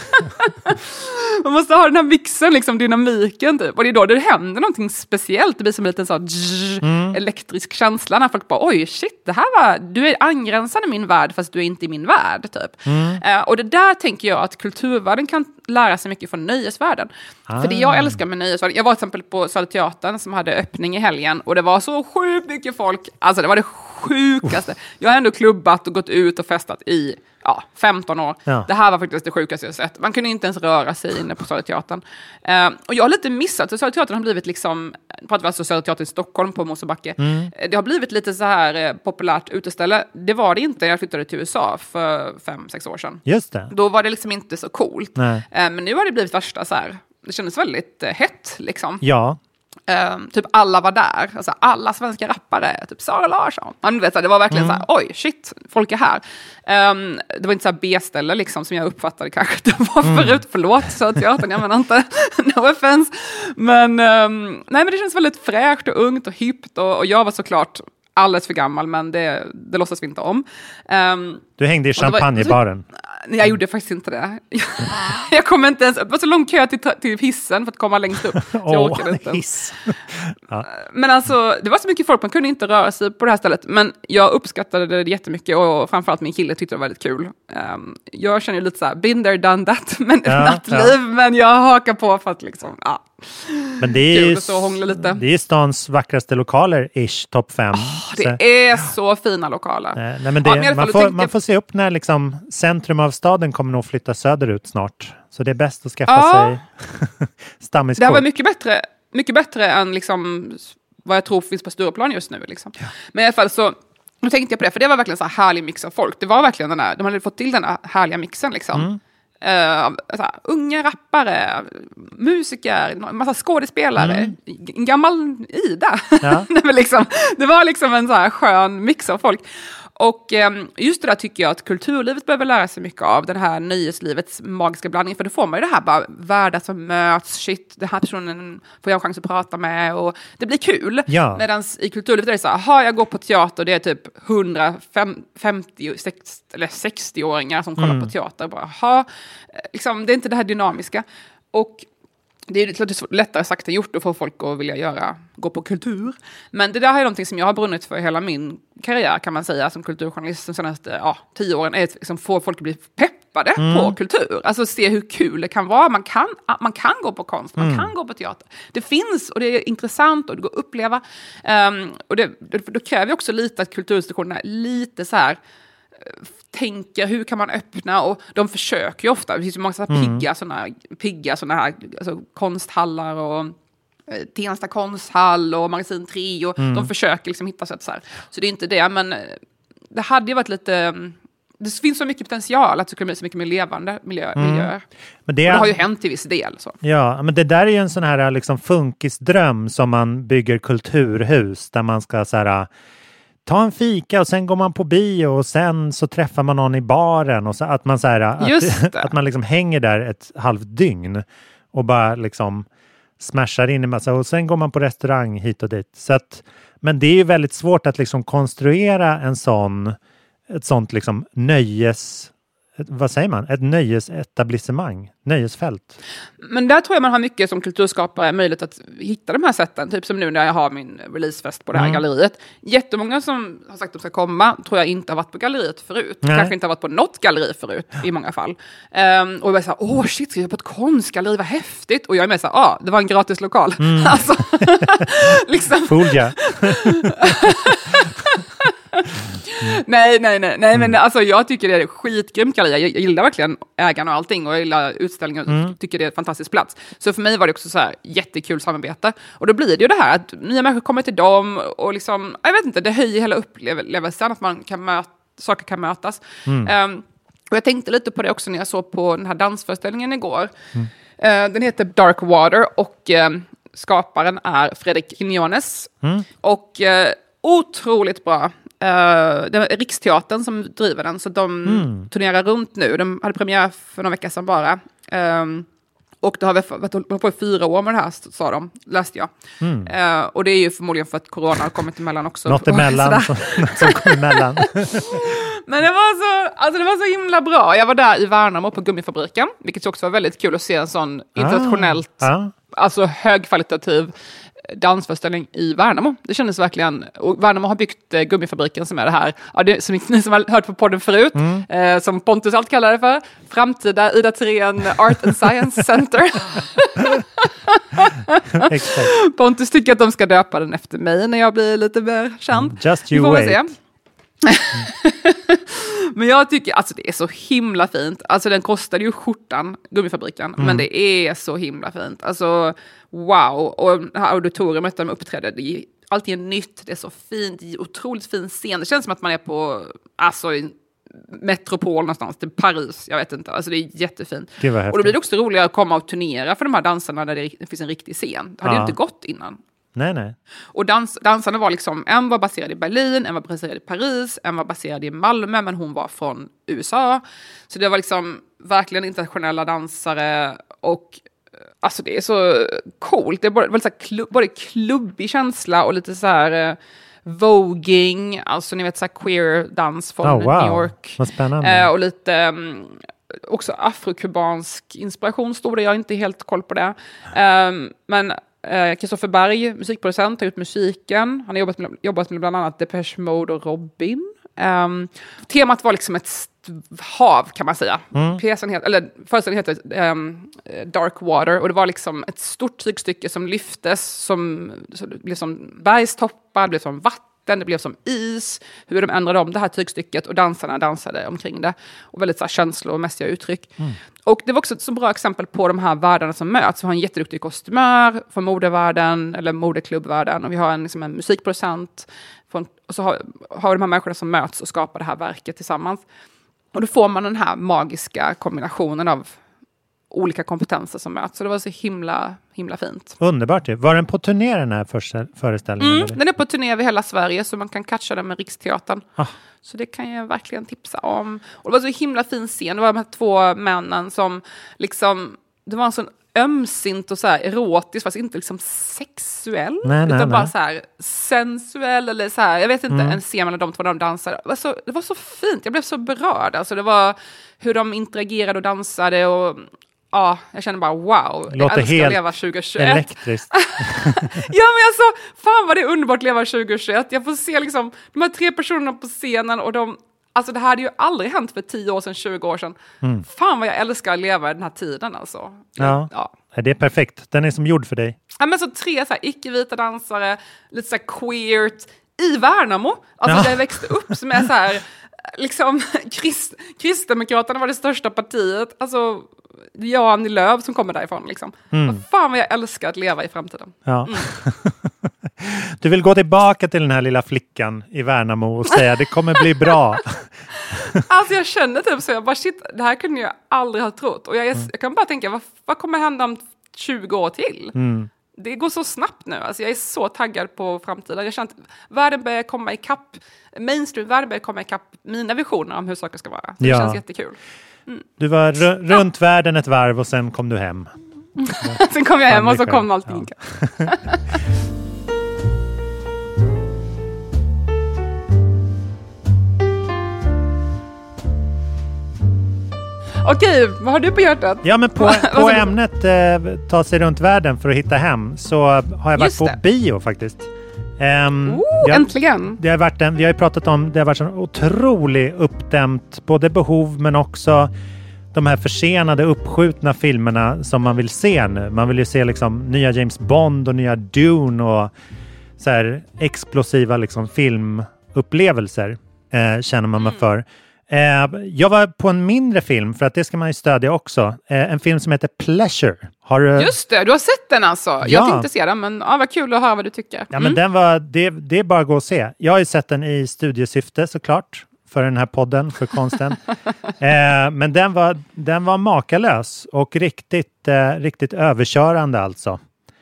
Man måste ha den här mixen, liksom dynamiken typ. Och det är då det händer någonting speciellt. Det blir som en liten så dzz, mm. elektrisk känsla när folk bara, oj shit, det här var, du är angränsande i min värld fast du är inte i min värld typ. Mm. Uh, och det där tänker jag att kulturvärlden kan lära sig mycket från nöjesvärlden. Ah. För det jag älskar med nöjesvärlden, jag var till exempel på Södra Teatern som hade öppning i helgen och det var så sjukt mycket folk. Alltså det var det sjukaste. Jag har ändå klubbat och gått ut och festat i ja, femton år. Ja. Det här var faktiskt det sjukaste jag sett. Man kunde inte ens röra sig inne på Södra Teatern. Uh, och jag har lite missat. Så Södra Teatern har blivit liksom, pratar vi alltså Södra Teatern i Stockholm på Mosebacke. Mm. Det har blivit lite så här eh, populärt uteställe. Det var det inte när jag flyttade till U S A för fem, sex år sedan. Just det. Då var det liksom inte så coolt. Uh, men nu har det blivit värsta så här. Det kändes väldigt uh, hett liksom. Ja. Um, typ alla var där, alltså, alla svenska rappare, typ Sara Larsson. Man vet, det var verkligen mm. så här, oj shit, folk är här. Um, det var inte så här B-ställe liksom, som jag uppfattade kanske det var mm. förut, förlåt så att jag, jag menar inte, no offense. Men, um, nej, men det känns väldigt fräscht och ungt och hippt och, och jag var såklart alldeles för gammal, men det, det låtsas vi inte om. Um, du hängde i champagnebaren? Nej, jag gjorde faktiskt inte det. Jag kom inte ens upp. Det var så lång kö till, till hissen för att komma längst upp. Så jag oh, orkade inte. Hiss. Ja. Men alltså, det var så mycket folk, man kunde inte röra sig på det här stället. Men jag uppskattade det jättemycket och framförallt min kille tyckte det var väldigt kul. Um, jag känner ju lite så här, been there, done that. Men ja, nattliv, ja. men jag hakar på för att liksom, ja. Men det är ju så lite. Det är stans vackraste lokaler, ish, topp fem. Oh, det så. är så fina lokaler. Nej, nej, men det, ja, men man, får, tänkte... man får se upp när liksom centrum av staden kommer nog flytta söderut snart. Så det är bäst att skaffa ja. sig stammiskort. Det här var mycket bättre, mycket bättre än liksom vad jag tror finns på Stureplan just nu. Liksom. Ja. Men i alla fall så nu tänkte jag på det, för det var verkligen så här härlig mix av folk. Det var verkligen den här, de hade fått till den här härliga mixen liksom. Mm. Uh, såhär, unga rappare, musiker, en massa skådespelare, mm. en gammal Ida. Ja. Nej, men liksom, det var liksom en så här skön mix av folk. Och um, just det där tycker jag att kulturlivet behöver lära sig mycket av, den här nöjeslivets magiska blandning. För då får man ju det här bara världar som möts, shit, den här personen får jag chans att prata med och det blir kul. Ja. Medan i kulturlivet är det så här, aha, jag går på teater och det är typ hundrafemtio sextio, eller sextio-åringar som kollar mm. på teater. Bara, aha, liksom, det är inte det här dynamiska. Och det är klart lättare sagt än gjort att få folk att vilja göra, gå på kultur. Men det där är någonting som jag har brunnit för hela min karriär, kan man säga, som kulturjournalist de senaste ja, tio åren. Är att liksom få folk att bli peppade mm. på kultur. Alltså se hur kul det kan vara. Man kan, man kan gå på konst, man mm. kan gå på teater. Det finns och det är intressant och det går att uppleva. Um, och det, det, då kräver också lite att kulturinstitutionerna är lite så här tänker hur kan man öppna, och de försöker ju ofta, det finns ju många sådana mm. pigga sådana pigga sådana här alltså, konsthallar och eh, Tensta konsthall och Magasin tre och mm. de försöker liksom hitta sätt så här. Så det är inte det, men det hade ju varit lite, det finns så mycket potential att det skulle bli så mycket mer levande miljö, mm. miljöer. Men det, är, det har ju hänt till viss del. Så. Ja, men det där är ju en sån här liksom funkisdröm som man bygger kulturhus där man ska så här ta en fika och sen går man på bio och sen så träffar man någon i baren och så att man så här, att, att man liksom hänger där ett halvt dygn och bara liksom smashar in i massa och sen går man på restaurang hit och dit. Så att, men det är ju väldigt svårt att liksom konstruera en sån ett sånt liksom nöjes ett, vad säger man? Ett nöjesetablissemang, nöjesfält. Men där tror jag man har mycket som kulturskapare möjlighet att hitta de här sätten. Typ som nu när jag har min releasefest på det här mm. galleriet. Jättemånga som har sagt att de ska komma tror jag inte har varit på galleriet förut. Nej. Kanske inte har varit på något galleri förut i många fall. Um, och jag är så här, åh shit, ska jag på ett konstgalleri, vad häftigt. Och jag är med så här, ja, ah, det var en gratis lokal. Mm. Alltså, liksom. Folia. Mm. Nej, nej, nej, nej mm. men alltså jag tycker det är skitgrymt galleri. Jag gillar verkligen ägarna och allting och jag gillar utställningen och mm. tycker det är en fantastisk plats. Så för mig var det också så här jättekul samarbete. Och då blir det ju det här att nya människor kommer till dem och liksom, jag vet inte, det höjer hela upplevelsen att man kan möta, saker kan mötas. Mm. Um, och jag tänkte lite på det också när jag såg på den här dansföreställningen igår. Mm. Uh, den heter Dark Water och uh, skaparen är Fredrik Quiñones. Mm. Och uh, otroligt bra. Uh, det är Riksteatern som driver den, så de mm. turnerar runt nu. De hade premiär för några veckor sedan bara. Um, och det har varit på i fyra år med det här, sa de, läste jag. Mm. Uh, och det är ju förmodligen för att corona har kommit emellan också. Något emellan som, som kom emellan. Men det var, så, alltså det var så himla bra. Jag var där i Värnamo på Gummifabriken, vilket också var väldigt kul att se en sån internationellt, ah. alltså högkvalitativ dansföreställning i Värnamo. Det kändes verkligen, och Värnamo har byggt eh, Gummifabriken som är det här, ja, det, som ni som har hört på podden förut, mm. eh, som Pontus allt kallar det för, framtida Ida Thirén Art and Science Center. Pontus tycker att de ska döpa den efter mig när jag blir lite mer känd. Just you wait. Mm. Men jag tycker, alltså det är så himla fint. Alltså den kostade ju skjortan, Gummifabriken, mm. men det är så himla fint. Alltså wow, och det här auditoriumet där de uppträdde, det är alltid nytt, det är så fint, det är otroligt fin scen. Det känns som att man är på, alltså i metropol någonstans, till Paris, jag vet inte. Alltså det är jättefint. Det och då blir det också roligare att komma och turnera för de här dansarna där det finns en riktig scen. Det hade ja. ju inte gått innan. Nej, nej. Och dans, dansarna var liksom, en var baserad i Berlin, en var baserad i Paris, en var baserad i Malmö, men hon var från U S A. Så det var liksom verkligen internationella dansare och alltså det är så coolt. Det är både, så här klubb, både klubbig känsla och lite så här uh, voging, alltså ni vet så här queer dans från oh, wow. New York. Vad spännande. Uh, och lite um, också afrokubansk inspiration stod det, jag har inte helt koll på det. Um, men Kristoffer Berg, musikproducent, har gjort musiken. Han har jobbat med, jobbat med bland annat Depeche Mode och Robin. Um, temat var liksom ett hav kan man säga. Mm. Pjäsen heter, eller föreställningen heter um, Dark Water och det var liksom ett stort tygstycke som lyftes, som, så det blev som bergstoppar, det blev som vatten, det blev som is, hur de ändrade om det här tygstycket och dansarna dansade omkring det. Och väldigt så här, känslomässiga uttryck. Mm. Och det var också ett så bra exempel på de här världarna som möts. Vi har en jätteduktig kostymör från modevärlden, eller modeklubbvärlden, och vi har en, liksom en musikproducent. Från, och så har, har vi de här människorna som möts och skapar det här verket tillsammans. Och då får man den här magiska kombinationen av olika kompetenser som möts. Så det var så himla, himla fint. Underbart. Var den på turné den här första föreställningen? Mm, den är på turné över hela Sverige så man kan catcha den med Riksteatern. Ah. Så det kan jag verkligen tipsa om. Och det var så himla fin scen. Det var de här två männen som liksom, det var en sån ömsint och så här erotisk, fast inte liksom sexuell. Nej, nej, utan nej. bara så här sensuell eller så här, jag vet inte, Mm. en scen mellan de två när de dansade. Det var, så, det var så fint, jag blev så berörd. Alltså det var hur de interagerade och dansade och ja, jag kände bara wow, Låter jag älskar helt att leva tjugohundratjugoett. elektriskt. Ja, men alltså, fan vad det är underbart att leva tjugohundratjugoett. Jag får se liksom de här tre personerna på scenen och de, alltså det här hade ju aldrig hänt för tio år sedan, tjugo år sedan. Mm. Fan vad jag älskar att leva i den här tiden alltså. Ja. Ja. Det är perfekt. Den är som gjord för dig. Ja, men så tre så här icke-vita dansare, lite så här queert, i Värnamo. Alltså Ja. där jag växte upp som är så här, liksom, Krist, Kristdemokraterna var det största partiet. Alltså, jag och Annie Lööf som kommer därifrån liksom. Mm. Vad fan vad jag älskar att leva i framtiden. Ja. Mm. Du vill gå tillbaka till den här lilla flickan i Värnamo och säga det kommer bli bra. Alltså jag känner typ så, jag bara shit, det här kunde jag aldrig ha trott. Och jag, är, Mm. jag kan bara tänka, vad, vad kommer hända om tjugo år till? Mm. Det går så snabbt nu, alltså jag är så taggad på framtiden. Jag känner att världen börjar komma ikapp, mainstream, världen börjar komma ikapp mina visioner om hur saker ska vara. Det Ja. känns jättekul. Mm. Du var r- runt ja. världen ett varv och sen kom du hem. Sen kom jag hem och så kom allting. Ja. Okej, vad har du på hjärtat? Ja, men på, på ämnet eh, ta sig runt världen för att hitta hem så har jag varit på bio faktiskt. Um, oh, jag, äntligen! Det har varit en, vi har ju pratat om det har varit en otroligt uppdämt både behov men också de här försenade, uppskjutna filmerna som man vill se nu. Man vill ju se liksom nya James Bond och nya Dune och så här explosiva liksom filmupplevelser eh, känner man mig mm. för. Eh, jag var på en mindre film för att det ska man ju stödja också. Eh, en film som heter Pleasure. Har du... Just det, du har sett den alltså. Ja. Jag tänkte se den, men ja, vad kul att höra vad du tycker. Mm. Ja, men den var, det, det är bara att gå och se. Jag har ju sett den i studiesyfte såklart. För den här podden, för konsten. eh, men den var, den var makalös och riktigt, eh, riktigt överkörande alltså.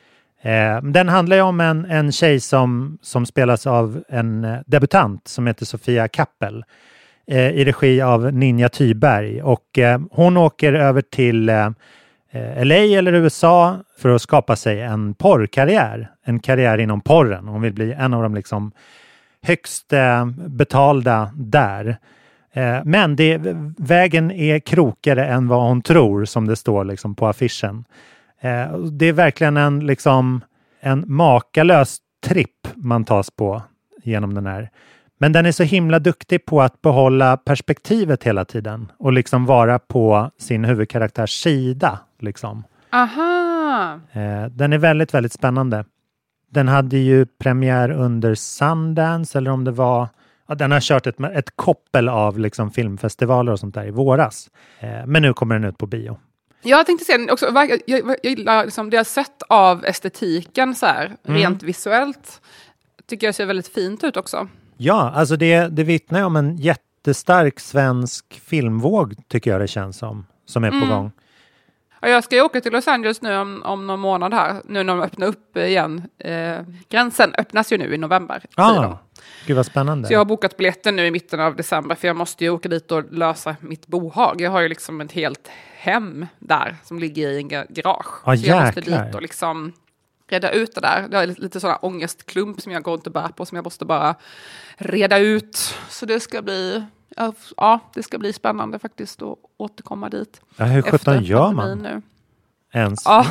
Eh, den handlar ju om en, en tjej som, som spelas av en eh, debutant som heter Sofia Kappel. Eh, I regi av Ninja Thyberg. Och eh, hon åker över till eh, L A eller U S A för att skapa sig en porrkarriär. En karriär inom porren. Hon vill bli en av de liksom högst eh, betalda där. Eh, men det, vägen är krokigare än vad hon tror som det står liksom på affischen. Eh, det är verkligen en, liksom, en makalös tripp man tas på genom den här. Men den är så himla duktig på att behålla perspektivet hela tiden. Och liksom vara på sin huvudkaraktärs sida. Liksom. Aha! Eh, den är väldigt, väldigt spännande. Den hade ju premiär under Sundance eller om det var... Ja, den har kört ett, ett koppel av liksom filmfestivaler och sånt där i våras. Eh, men nu kommer den ut på bio. Jag tänkte se den också. Jag, jag, jag gillar liksom det jag sett av estetiken så här, mm. rent visuellt. Tycker jag ser väldigt fint ut också. Ja, alltså det, det vittnar ju om en jättestark svensk filmvåg tycker jag det känns som. Som är på mm. gång. Ja, jag ska ju åka till Los Angeles nu om, om någon månad här. Nu när de öppnar upp igen. Eh, gränsen öppnas ju nu i november. Ah, gud vad spännande. Så jag har bokat biljetten nu i mitten av december. För jag måste ju åka dit och lösa mitt bohag. Jag har ju liksom ett helt hem där som ligger i en garage. Ah, så jag måste dit och liksom reda ut det där. Det är lite, lite sådana ångestklump som jag går inte bär på. Som jag måste bara reda ut. Så det ska bli... Ja, det ska bli spännande faktiskt att återkomma dit. Ja, hur sjutton gör man? Nu. Ens. Ja.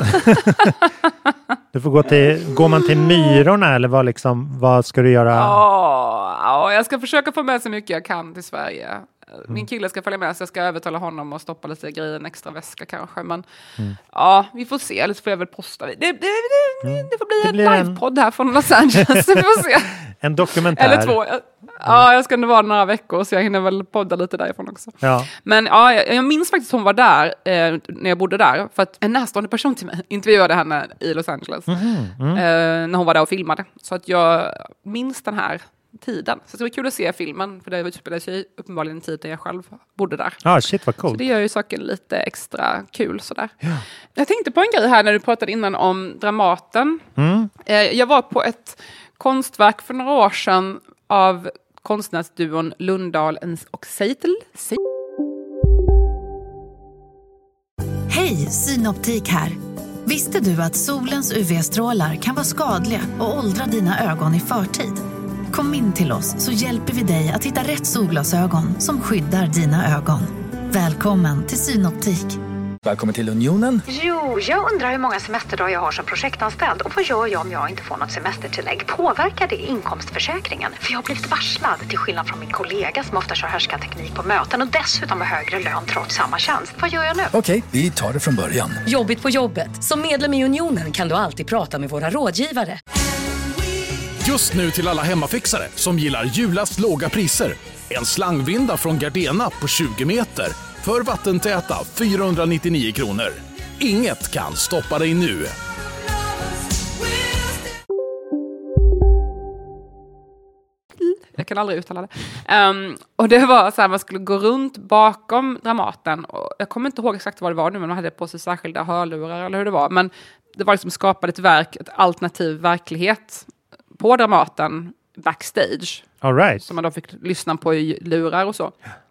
Du får gå till, går man till Myrorna eller vad, liksom, vad ska du göra? Ja, ja, jag ska försöka få med så mycket jag kan till Sverige. Min kille ska följa med så jag ska övertala honom och stoppa lite grejer i en extra väska kanske. Men mm. ja, vi får se. Eller så får jag väl posta. Det, det, det, det, det får bli det en blir livepodd en... här från Los Angeles. Vi får se. En dokumentär. Eller två. Ja, jag ska nu vara några veckor så jag hinner väl podda lite därifrån också. Ja. Men ja, jag, jag minns faktiskt hon var där eh, när jag bodde där. För att en närstående person till mig intervjuade henne i Los Angeles. Mm-hmm. Mm. Eh, när hon var där och filmade. Så att jag minns den här tiden. Så det var kul att se filmen, för det utspelade sig uppenbarligen en tid när jag själv bodde där. Ja, ah, shit vad coolt. Så det gör ju saken lite extra kul sådär. Ja. Jag tänkte på en grej här när du pratade innan om Dramaten. Mm. Jag var på ett konstverk för några år sedan av konstnärsduon Lundahl och Seitel. Hej, Synoptik här. Visste du att solens U V-strålar kan vara skadliga och åldra dina ögon i förtid? Kom in till oss så hjälper vi dig att hitta rätt solglasögon som skyddar dina ögon. Välkommen till Synoptik. Välkommen till Unionen. Jo, jag undrar hur många semesterdagar jag har som projektanställd. Och vad gör jag om jag inte får något semestertillägg? Påverkar det inkomstförsäkringen? För jag har blivit varslad, till skillnad från min kollega som ofta kör härskarteknik på möten och dessutom har högre lön trots samma tjänst. Vad gör jag nu? Okej, vi tar det från början. Jobbigt på jobbet. Som medlem i Unionen kan du alltid prata med våra rådgivare. Just nu till alla hemmafixare som gillar julast låga priser. En slangvinda från Gardena på tjugo meter för vattentäta fyrahundranittionio kronor. Inget kan stoppa dig nu. Jag kan aldrig uttala det. Um, och det var så här, man skulle gå runt bakom Dramaten. Och jag kommer inte ihåg exakt vad det var nu, men man hade på sig särskilda hörlurar eller hur det var. Men det var liksom skapade ett verk, ett alternativ verklighet på Dramaten backstage. All right. Som man då fick lyssna på i lurar och så.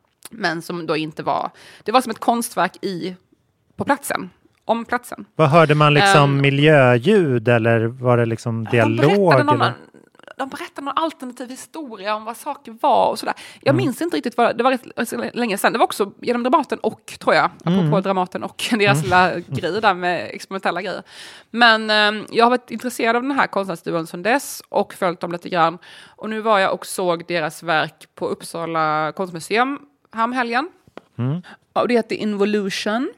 Men som då inte var... Det var som ett konstverk i på platsen. Om platsen. Vad hörde man liksom? Um, miljöljud eller var det liksom dialog? De berättade, någon, eller? de berättade någon alternativ historia om vad saker var och sådär. Jag mm. minns inte riktigt vad det var rätt länge sedan. Det var också genom Dramaten och, tror jag, apropå mm. Dramaten och deras mm. lilla grejer där med experimentella grejer. Men um, jag har varit intresserad av den här konstnärsduon sedan dess och följt dem lite grann. Och nu var jag och såg deras verk på Uppsala konstmuseum häromhelgen. Mm. Och det heter Involution.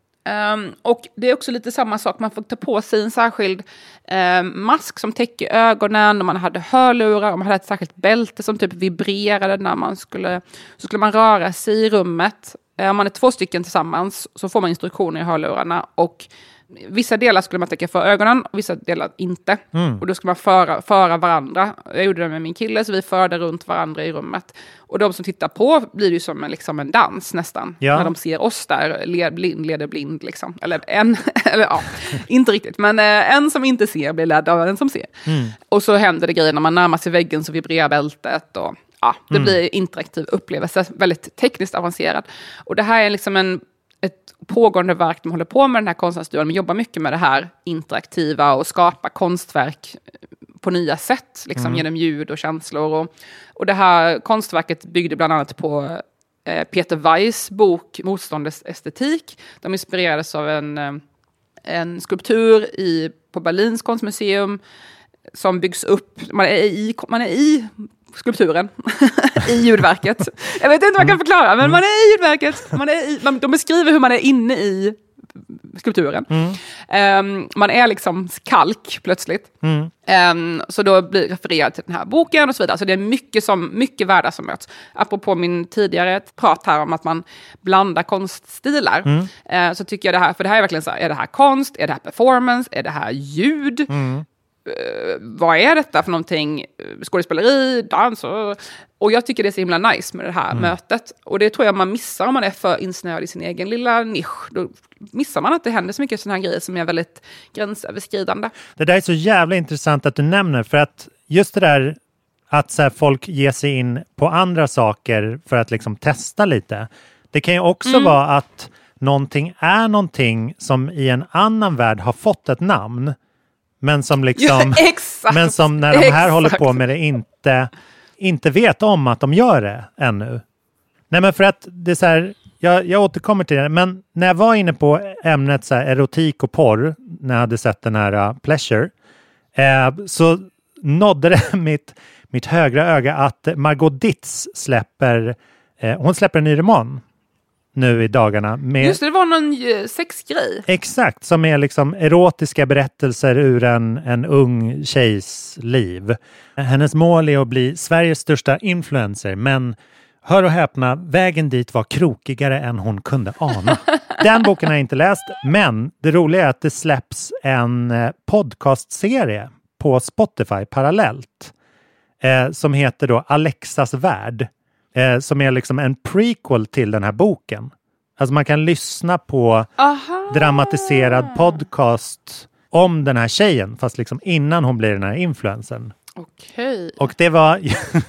Um, och det är också lite samma sak. Man får ta på sig en särskild um, mask som täcker ögonen. Och man hade hörlurar och man hade ett särskilt bälte som typ vibrerade när man skulle... Så skulle man röra sig i rummet. Om um, man är två stycken tillsammans så får man instruktioner i hörlurarna. Och vissa delar skulle man täcka för ögonen och vissa delar inte. Mm. Och då skulle man föra, föra varandra. Jag gjorde det med min kille så vi förde runt varandra i rummet. Och de som tittar på blir ju som en, liksom en dans nästan. Ja. När de ser oss där, led, blind, leder blind liksom. Eller en, eller ja, inte riktigt. Men eh, en som inte ser blir ledd av en som ser. Mm. Och så händer det grejer när man närmar sig väggen så vibrerar bältet och ja, det mm. blir interaktiv upplevelse. Väldigt tekniskt avancerad. Och det här är liksom en ett pågående verk de håller på med den här konstnärsduon. De jobbar mycket med det här interaktiva och skapa konstverk på nya sätt. Liksom mm. genom ljud och känslor. Och, och det här konstverket byggde bland annat på eh, Peter Weiss bok Motståndets estetik. De inspirerades av en, eh, en skulptur i, på Berlins konstmuseum som byggs upp. Man är i, man är i skulpturen i ljudverket. Jag vet inte vad jag kan förklara, men man är i ljudverket. Man är i, man, de beskriver hur man är inne i skulpturen. Mm. Um, man är liksom kalk plötsligt. Mm. Um, så då blir refererad till den här boken och så vidare. Så det är mycket, som, mycket världar som möts. Apropå min tidigare prat här om att man blandar konststilar. Mm. Uh, så tycker jag det här, för det här är verkligen så här, är det här konst? Är det här performance? Är det här ljud? Mm. Uh, vad är detta för någonting? Skådespeleri, dans och, och jag tycker det är så himla nice med det här mm. mötet. Och det tror jag man missar om man är för insnöad i sin egen lilla nisch. Då missar man att det händer så mycket sådana här grejer som är väldigt gränsöverskridande. Det där är så jävla intressant att du nämner, för att just det där att så här, folk ger sig in på andra saker för att liksom testa lite. Det kan ju också mm. vara att någonting är någonting som i en annan värld har fått ett namn. Men som liksom ja, exakt, men som när de här exakt. håller på med det inte, inte vet om att de gör det ännu. Nej, men för att det är så här, jag, jag återkommer till det, men när jag var inne på ämnet så här, erotik och porr, när jag hade sett den här uh, Pleasure, eh, så nådde det mitt, mitt högra öga att Margot Dietz släpper, eh, hon släpper en ny roman nu i dagarna. Med, just det, det var någon sexgrej. Exakt, som är liksom erotiska berättelser ur en, en ung tjejs liv. Hennes mål är att bli Sveriges största influencer, men hör och häpna, vägen dit var krokigare än hon kunde ana. Den boken har jag inte läst, men det roliga är att det släpps en podcastserie på Spotify parallellt. eh, som heter då Alexas värld. Eh, som är liksom en prequel till den här boken. Alltså man kan lyssna på Aha. dramatiserad podcast om den här tjejen, fast liksom innan hon blir den här influencern. Okej. Och det var,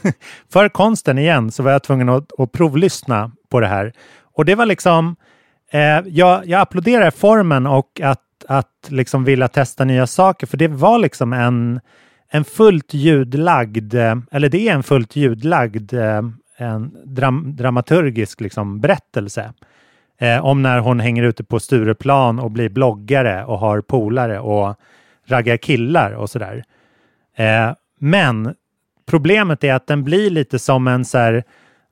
för konsten igen, så var jag tvungen att, att provlyssna på det här. Och det var liksom, eh, jag, jag applåderar formen och att, att liksom vilja testa nya saker. För det var liksom en, en fullt ljudlagd, eller det är en fullt ljudlagd en dram, dramaturgisk liksom berättelse. Eh, om när hon hänger ute på Stureplan och blir bloggare och har polare och raggar killar och sådär. Eh, men problemet är att den blir lite som en så här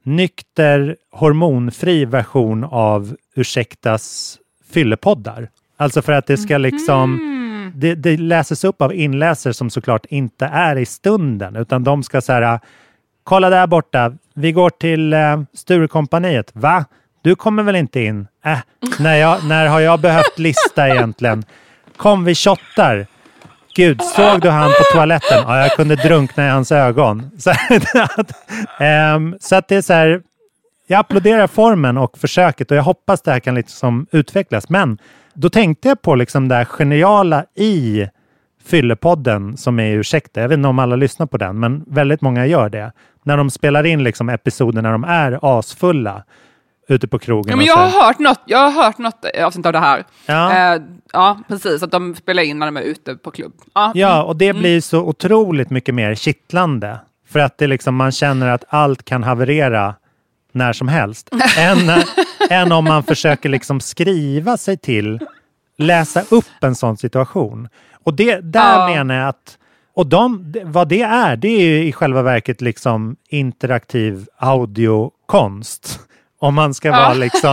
nykter, hormonfri version av Ursäktas fyllepoddar. Alltså för att det ska liksom mm. det, det läses upp av inläsare som såklart inte är i stunden, utan de ska så här, kolla där borta, vi går till eh, Sturekompaniet. Va? Du kommer väl inte in? Äh, när, jag, när har jag behövt lista egentligen? Kom, vi shottar. Gud, såg du han på toaletten? Ja, jag kunde drunkna i hans ögon. Så att, um, så att det är så här, jag applåderar formen och försöket och jag hoppas det här kan liksom utvecklas. Men då tänkte jag på liksom det här geniala i Fyllepodden som är Ursäkta. Jag vet inte om alla lyssnar på den, men väldigt många gör det. När de spelar in liksom episoder när de är asfulla ute på krogen. Ja, men jag har hört något, jag har hört något avsnitt av det här. Ja. Eh, ja, precis. Att de spelar in när de är ute på klubb. Ja, ja och det mm. blir så otroligt mycket mer kittlande. För att det liksom, man känner att allt kan haverera när som helst. än, än om man försöker liksom skriva sig till, läsa upp en sån situation. Och det, där ja. menar jag att, och de, vad det är, det är ju i själva verket liksom interaktiv audiokonst. Om man ska vara ja. liksom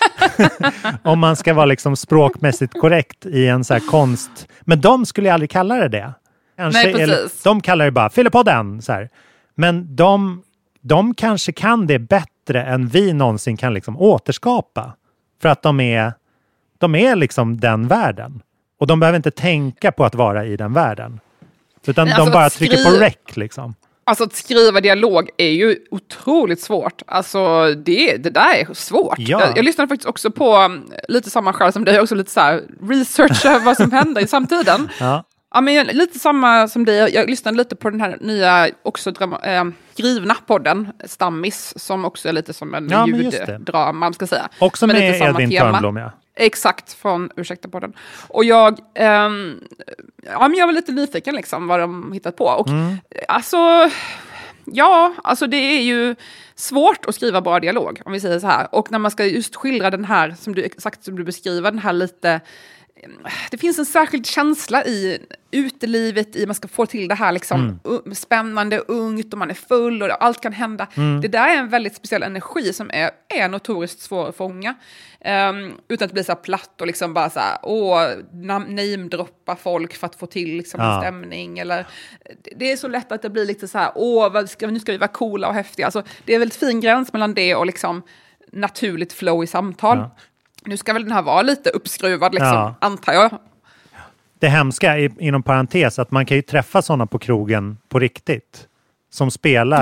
om man ska vara liksom språkmässigt korrekt i en så här konst. Men de skulle aldrig kalla det det. Kanske, Nej, precis. Eller, de kallar det bara Fyllepodden så här. Men de, de kanske kan det bättre än vi någonsin kan liksom återskapa. För att de är de är liksom den världen. Och de behöver inte tänka på att vara i den världen. Utan alltså de bara skri- trycker på rec liksom. Alltså att skriva dialog är ju otroligt svårt. Alltså det, det där är svårt. Ja. Jag, jag lyssnade faktiskt också på um, lite samma skäl som dig. Också lite så här researcha vad som händer i samtiden. Ja. Ja, men jag, lite samma som dig. Jag, jag lyssnade lite på den här nya också drama, äh, skrivna podden Stammis, som också är lite som en ja, ljuddrama, man ska säga. Också med Edvin Törnblom, ja. Exakt, från Ursäkta podden. Och jag, ähm, ja, men jag var lite nyfiken liksom vad de hittat på. Och mm. alltså, ja, alltså det är ju svårt att skriva bra dialog, om vi säger så här. Och när man ska just skildra den här, som du exakt som du beskriver, den här lite, det finns en särskild känsla i utelivet, i man ska få till det här liksom mm. spännande, ungt och man är full och allt kan hända. Mm. Det där är en väldigt speciell energi som är, är notoriskt svår att fånga. Um, utan att bli så här platt och liksom bara så här, åh, namedroppa folk för att få till liksom ja. en stämning. Eller, det är så lätt att det blir lite så här, åh, vad ska, nu ska vi vara coola och häftiga. Alltså, det är en väldigt fin gräns mellan det och liksom naturligt flow i samtal. Ja. Nu ska väl den här vara lite uppskruvad, liksom, ja. antar jag. Det hemska är, inom parentes, att man kan ju träffa sådana på krogen på riktigt. Som spelar,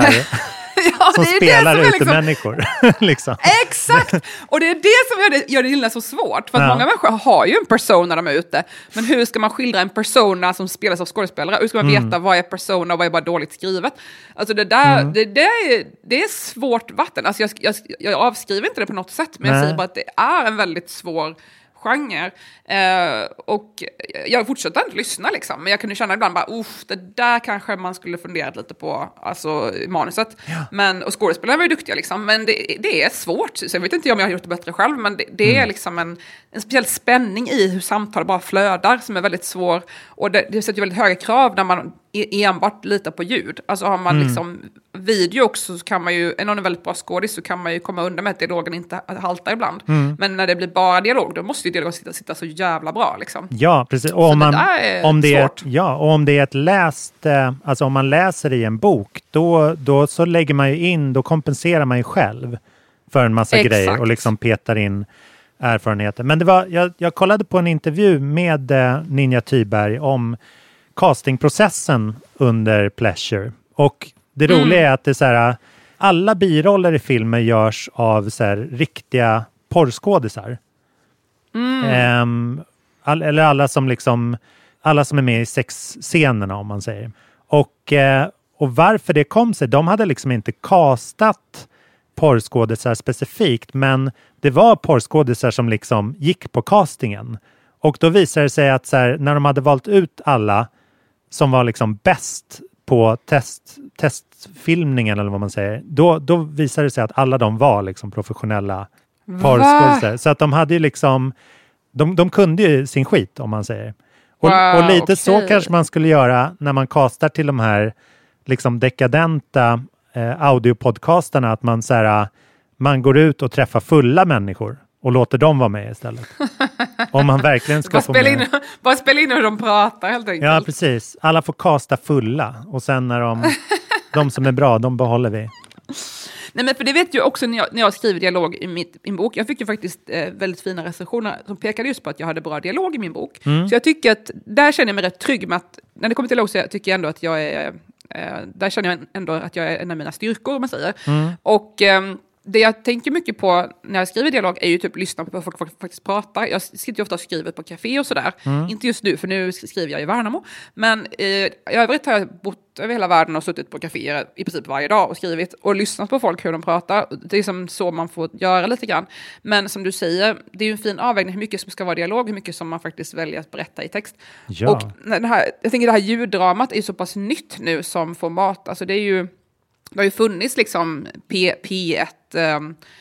ja, som spelar ute liksom, människor. liksom. Exakt! Och det är det som gör det, gör det illa så svårt. För att ja. många människor har ju en persona när de är ute. Men hur ska man skildra en persona som spelas av skådespelare? Hur ska man mm. veta vad är persona och vad är bara dåligt skrivet? Alltså det där, mm. det, det, är, det är svårt vatten. Alltså jag, jag, jag avskriver inte det på något sätt. Men Nej. jag säger bara att det är en väldigt svår genre. Eh, och jag fortsätter inte lyssna liksom. Men jag kunde känna ibland bara, uff, det där kanske man skulle funderat lite på, alltså manuset. Ja. Men, och skådespelarna var ju duktiga liksom. Men det, det är svårt. Så jag vet inte om jag har gjort det bättre själv. Men det, det mm. är liksom en, en speciell spänning i hur samtal bara flödar som är väldigt svår. Och det, det sätter ju väldigt höga krav när man enbart litar på ljud. Alltså har man mm. liksom video också, så kan man ju, är någon väldigt bra skådis, så kan man ju komma undan med att dialogen inte haltar ibland. Mm. Men när det blir bara dialog, då måste ju dialogen sitta, sitta så jävla bra liksom. Ja, precis. Och om, man, det om, det är ett, ja, och om det är ett läst, eh, alltså om man läser i en bok, då, då så lägger man ju in, då kompenserar man ju själv för en massa Exakt. grejer och liksom petar in erfarenheter. Men det var, jag, jag kollade på en intervju med eh, Ninja Thyberg om castingprocessen under Pleasure. Och det roliga mm. är att det är så här, alla biroller i filmer görs av så här, riktiga porrskådisar. Mm. Um, all, eller alla som liksom alla som är med i sexscenerna om man säger. Och, uh, och varför det kom sig, de hade liksom inte castat porrskådisar specifikt, men det var porrskådisar som liksom gick på castingen. Och då visade det sig att så här, när de hade valt ut alla som var liksom bäst på test, testfilmningen eller vad man säger, då, då visade det sig att alla de var liksom professionella porrskådisar. Så att de hade ju liksom de, de kunde ju sin skit om man säger. Och, wow, och lite okay. så kanske man skulle göra när man castar till de här liksom dekadenta eh, audiopodcastarna, att man så här, man går ut och träffar fulla människor och låter dem vara med istället. Om man verkligen ska bara få spela med. In, bara spela in hur de pratar helt enkelt. Ja, precis. Alla får casta fulla. Och sen när de, de som är bra, de behåller vi. Nej, men för det vet jag också när jag, när jag skriver dialog i mitt, min bok. Jag fick ju faktiskt eh, väldigt fina recensioner som pekade just på att jag hade bra dialog i min bok. Mm. Så jag tycker att, där känner jag mig rätt trygg med att, när det kommer till dialog så tycker jag ändå att jag är, eh, där känner jag ändå att jag är en av mina styrkor om man säger. Mm. Och eh, det jag tänker mycket på när jag skriver dialog är ju typ lyssna på vad folk faktiskt pratar. Jag sitter ju ofta och skriver på café och sådär. Mm. Inte just nu, för nu skriver jag i Värnamo. Men eh, i övrigt har jag bott över hela världen och suttit på caféer i princip varje dag och skrivit och lyssnat på folk hur de pratar. Det är som så man får göra lite grann. Men som du säger, det är ju en fin avvägning hur mycket som ska vara dialog, hur mycket som man faktiskt väljer att berätta i text. Ja. Och den här, jag tänker det här ljuddramat är ju så pass nytt nu som format. Alltså det är ju det har ju funnits liksom P ett, eh,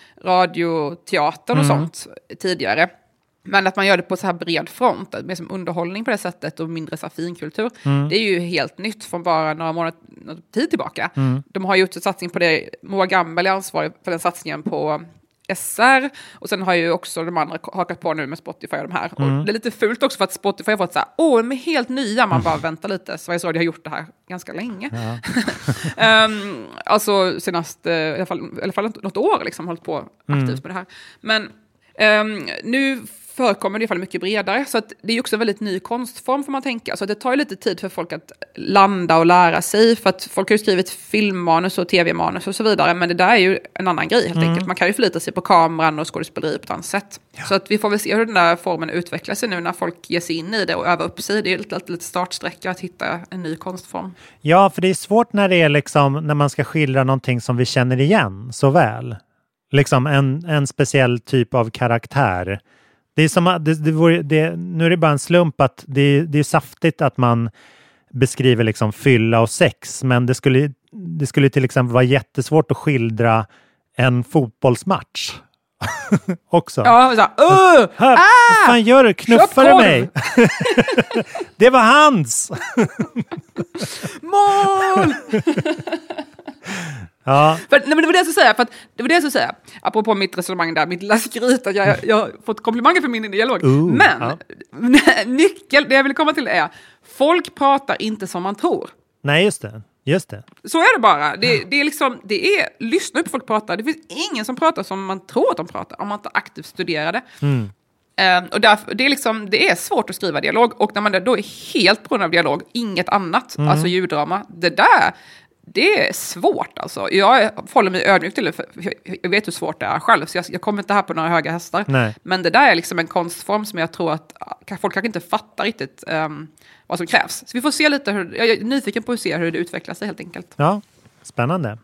radioteatern och mm. sånt tidigare. Men att man gör det på så här bred front, med som underhållning på det sättet och mindre så här finkultur. Mm. Det är ju helt nytt från bara några månader några tid tillbaka. Mm. De har gjort en satsning på det. Moa Gamble är ansvarig för den satsningen på S R. Och sen har ju också de andra hakat på nu med Spotify och de här. Mm. Och det är lite fult också för att Spotify har fått så här, åh, de är helt nya. Man bara väntar lite. Sveriges Radio har gjort det här ganska länge. Ja. um, alltså senast, uh, i alla fall, i alla fall något år liksom hållit på aktivt mm. med det här. Men um, nu förekommer det i alla fall mycket bredare. Så att det är ju också en väldigt ny konstform får man tänka. Så det tar ju lite tid för folk att landa och lära sig. För att folk har ju skrivit filmmanus och tv-manus och så vidare. Men det där är ju en annan grej helt mm. enkelt. Man kan ju förlita sig på kameran och skådespeleri på ett annat sätt. Ja. Så att vi får väl se hur den där formen utvecklar sig nu när folk ger sig in i det och övar upp sig. Det är ju lite, lite startsträcka att hitta en ny konstform. Ja, för det är svårt när det är liksom när man ska skildra någonting som vi känner igen så väl. Liksom en, en speciell typ av karaktär. Det är som det, det vore, det, nu är det bara en slump att det, det är saftigt att man beskriver liksom fylla och sex, men det skulle, det skulle till exempel vara jättesvårt att skildra en fotbollsmatch också. Ja, så här, uh, Här, ah, vad fan gör du? Knuffar du mig? Det var hans! Mål! Ja. För, nej, men det var det jag skulle säga, för att, det var det jag skulle säga apropå mitt resonemang där, mitt lilla skryt att jag, jag har fått komplimanger för min dialog. Uh, men ja. nyckel, det jag vill komma till är folk pratar inte som man tror. Nej, just det. Just det. Så är det bara. Det, det är liksom, det är, lyssna på folk pratar. Det finns ingen som pratar som man tror att de pratar om man inte aktivt studerar det. Mm. Uh, och därför, det, är liksom, det är svårt att skriva dialog och när man då är helt beroende av dialog, inget annat, mm. alltså ljuddrama, det där det är svårt alltså. Jag håller mig ödmjuk till det för jag vet hur svårt det är själv så jag, jag kommer inte här på några höga hästar. Nej. Men det där är liksom en konstform som jag tror att folk kanske inte fattar riktigt um, vad som krävs. Så vi får se lite hur, jag är nyfiken på att se hur det utvecklar sig helt enkelt. Ja, spännande.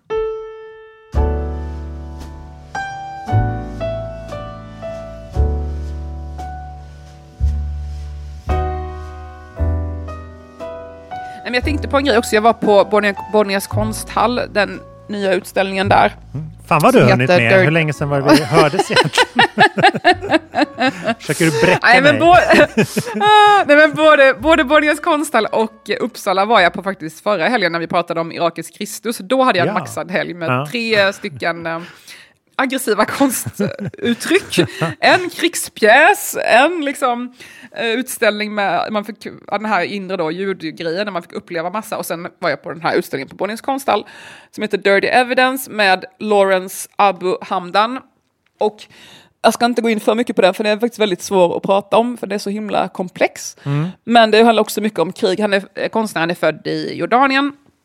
Men jag tänkte på en grej också. Jag var på Bonniers konsthall, den nya utställningen där. Mm. Fan vad du har hunnit med. Dirty. Hur länge sedan var det vi hördes egentligen? Försöker du bräcka Nej, men mig? Både, nej, men både, både Bonniers konsthall och Uppsala var jag på faktiskt förra helgen när vi pratade om Irakisk Kristus. Då hade jag en ja. maxad helg med ja. tre stycken aggressiva konstuttryck. En krigspjäs, en liksom utställning med man fick den här inre då ljudgrejen där man fick uppleva massa och sen var jag på den här utställningen på Bonniers konsthall som heter Dirty Evidence med Lawrence Abu Hamdan och jag ska inte gå in för mycket på den för det är faktiskt väldigt svår att prata om för det är så himla komplex. Mm. Men det handlar också mycket om krig. Han är konstnären är född i Jordanien.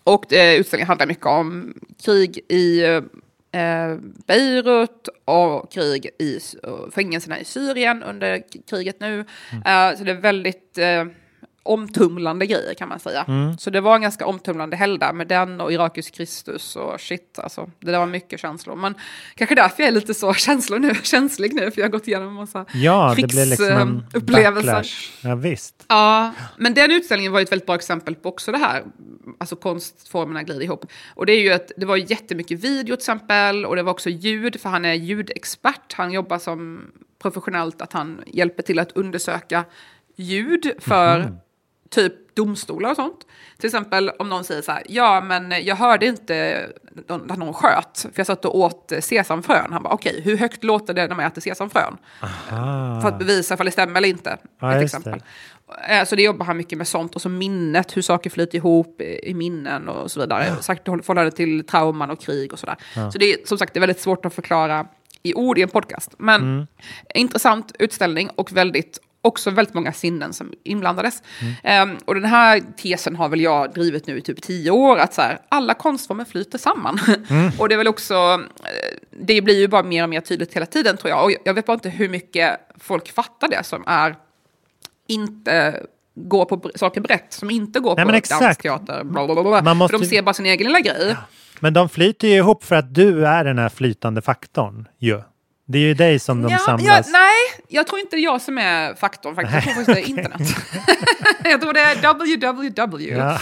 Och eh, utställningen handlar mycket om krig i eh, Beirut och krig i uh, fängelserna i Syrien under kriget nu. Mm. Uh, så det är väldigt uh, omtumlande grejer kan man säga. Mm. Så det var en ganska omtumlande helgdag med den och Irakisk Kristus och shit. Alltså, det där var mycket känslor. Men kanske därför jag är lite så känslor nu, känslig nu. För jag har gått igenom en massa ja, liksom krigsupplevelser. Ja, visst. Ja, men den utställningen var ett väldigt bra exempel på också det här. Alltså konstformerna glider ihop. Och det är ju att det var jättemycket video till exempel. Och det var också ljud, för han är ljudexpert. Han jobbar som professionellt att han hjälper till att undersöka ljud för mm. typ domstolar och sånt. Till exempel om någon säger så här, ja men jag hörde inte att någon sköt, för jag satt och åt sesamfrön. Han bara, okej, okay, hur högt låter det när man äter sesamfrön? Aha. För att bevisa ifall det stämmer eller inte. Ja, ett exempel. Det. Så det jobbar han mycket med sånt. Och så minnet, hur saker flyter ihop i minnen och så vidare. Ja. Sagt förhållande till trauman och krig och sådär. Ja. Så det är som sagt det är väldigt svårt att förklara i ord i en podcast. Men mm. intressant utställning och väldigt också väldigt många sinnen som inblandades. Mm. Um, och den här tesen har väl jag drivit nu i typ tio år. Att så här, alla konstformer flyter samman. Mm. Och det är väl också, det blir ju bara mer och mer tydligt hela tiden tror jag. Och jag vet bara inte hur mycket folk fattar det som är inte går på saker brett. Som inte går Nej, på dansteater. Bla bla bla. Man måste... För de ser bara sin egen lilla grej. Ja. Men de flyter ju ihop för att du är den här flytande faktorn. Ju. Det är ju dig som de ja, samlas. Ja, nej, jag tror inte det är jag som är faktorn faktiskt. Jag tror faktiskt det är internet. Jag tror det är W W W. Ja.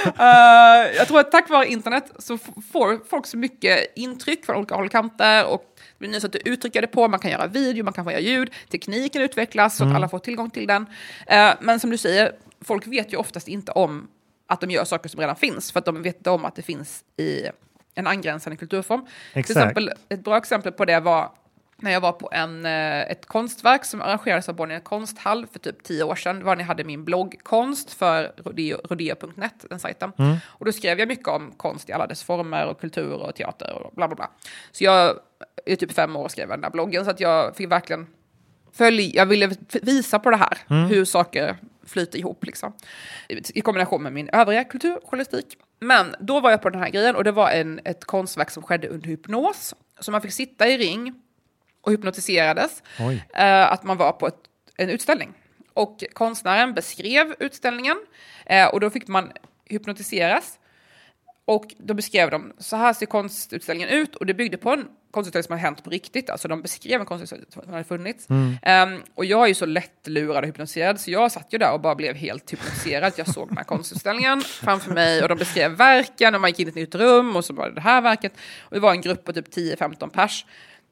uh, jag tror att tack vare internet så får folk så mycket intryck från olika håll och kanter. Och det blir nyss att du uttrycker det på. Man kan göra video, man kan få göra ljud. Tekniken utvecklas så att mm. alla får tillgång till den. Uh, men som du säger, folk vet ju oftast inte om att de gör saker som redan finns. För att de vet inte om att det finns i en angränsande kulturform. Exakt. Till exempel, ett bra exempel på det var när jag var på en, ett konstverk som arrangerades av Bonnier Konsthall för typ tio år sedan. Det var när jag hade min blogg Konst för rodeo punkt net, den sajten. Mm. Och då skrev jag mycket om konst i alla dess former och kultur och teater och bla bla bla. Så jag i typ fem år skrev den där bloggen så att jag fick verkligen följa, jag ville visa på det här. Mm. Hur saker flyter ihop liksom. I kombination med min övriga kulturjournalistik. Men då var jag på den här grejen och det var en, ett konstverk som skedde under hypnos. Så man fick sitta i ring och hypnotiserades. Eh, att man var på ett, en utställning. Och konstnären beskrev utställningen. Eh, och då fick man hypnotiseras. Och då beskrev de, så här ser konstutställningen ut. Och det byggde på en konstutställning som hade hänt på riktigt. Alltså de beskrev en konstutställning som hade funnits. Mm. Um, och jag är ju så lättlurad och hypnotiserad. Så jag satt ju där och bara blev helt hypnotiserad. Jag såg den här konstutställningen framför mig. Och de beskrev verken. Och man gick in i ett nytt rum. Och så var det det här verket. Och det var en grupp på typ tio femton pers.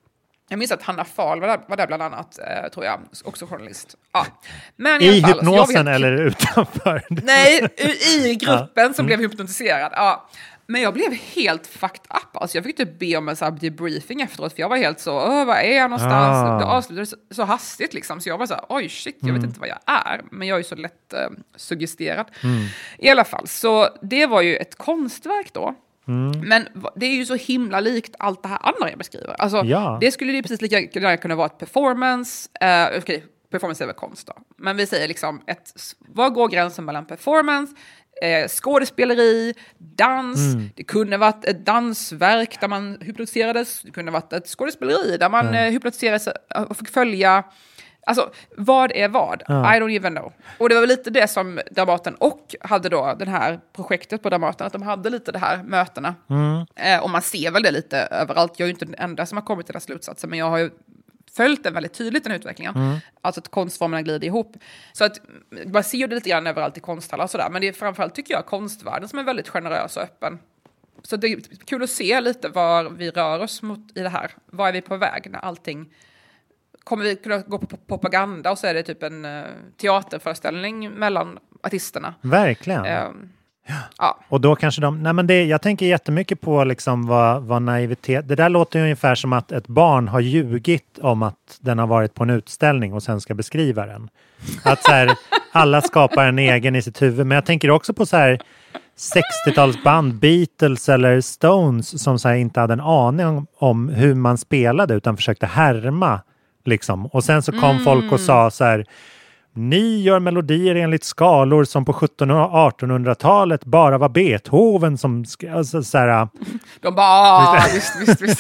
Jag minns att Hanna Fahl var där, var där bland annat, eh, tror jag. Också journalist. Ja. Men i, I fall, hypnosen vet, eller utanför? Nej, i, i gruppen ja. som mm. blev hypnotiserad. Ja. Men jag blev helt fucked up. Alltså jag fick typ be om en så här debriefing efteråt. För jag var helt så, vad är jag någonstans? Ah. Det avslutades så, så hastigt liksom. Så jag var så här, oj shit, jag mm. vet inte vad jag är. Men jag är ju så lätt eh, suggesterad. Mm. I alla fall, så det var ju ett konstverk då. Mm. Men det är ju så himla likt allt det här andra jag beskriver. Alltså, ja. Det skulle ju precis lika kunna vara ett performance. Uh, okay, performance är väl konst då. Men vi säger liksom, ett, vad går gränsen mellan performance, eh, skådespeleri, dans. Mm. Det kunde varit ett dansverk där man hypnotiserades. Det kunde varit ett skådespeleri där man mm. eh, hypnotiserades och fick följa. Alltså, vad är vad? Ja. I don't even know. Och det var väl lite det som Dramaten och hade då, den här projektet på Dramaten, att de hade lite det här mötena. Mm. Eh, och man ser väl det lite överallt. Jag är ju inte den enda som har kommit till den slutsatsen, men jag har ju följt den väldigt tydligt, den utvecklingen. Mm. Alltså att konstformerna glider ihop. Så att man ser ju det lite grann överallt i konsthallar och sådär. Men det är framförallt, tycker jag, konstvärlden som är väldigt generös och öppen. Så det är kul att se lite var vi rör oss mot i det här. Var är vi på väg när allting... Kommer vi kunna gå på propaganda och så är det typ en uh, teaterföreställning mellan artisterna. Verkligen. Uh, ja. ja. Och då kanske de... Nej men det, jag tänker jättemycket på liksom vad, vad naivitet... Det där låter ju ungefär som att ett barn har ljugit om att den har varit på en utställning och sen ska beskriva den. Att så här, alla skapar en egen i sitt huvud. Men jag tänker också på så här sextiotalsband, Beatles eller Stones som så här inte hade en aning om, om hur man spelade utan försökte härma. Liksom. Och sen så kom mm. folk och sa så här, Ni gör melodier enligt skalor som på sjuttonhundra- och artonhundratalet bara var Beethoven som... Sk- alltså, så här, de bara, visst, visst, visst.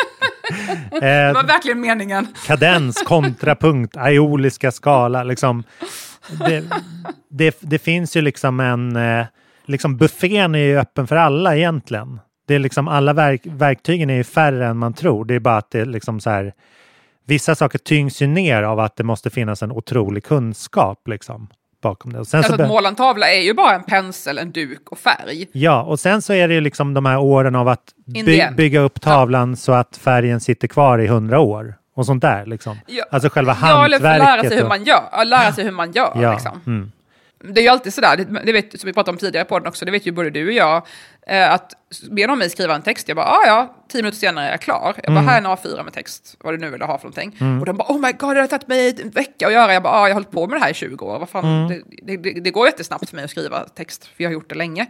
Det var verkligen meningen. Kadens, kontrapunkt, aioliska skala. Liksom, det, det, det finns ju liksom en... Liksom buffén är ju öppen för alla egentligen. Det är liksom alla verk, verktygen är ju färre än man tror. Det är bara att det liksom så här... Vissa saker tyngs ju ner av att det måste finnas en otrolig kunskap liksom, bakom det. Och sen alltså så be- att måla en tavla är ju bara en pensel, en duk och färg. Ja, och sen så är det ju liksom de här åren av att by- bygga upp tavlan ja. så att färgen sitter kvar i hundra år. Och sånt där liksom. Ja. Alltså själva ja, hantverket. Ja, lära sig hur man gör. Lära sig hur man gör ja. liksom. Mm. Det är ju alltid sådär, det, det vet, som vi pratade om tidigare på den också, det vet ju både du och jag, eh, att ber de mig skriva en text, jag bara, ah, ja, tio minuter senare är jag klar. Jag bara, mm. här är en A fyra med text, vad du nu vill ha för någonting. Mm. Och de bara, oh my god, det har tagit mig en vecka att göra. Jag bara, ah, jag har hållit på med det här i tjugo år. Vad fan, mm. det, det, det går jättesnabbt för mig att skriva text, för jag har gjort det länge.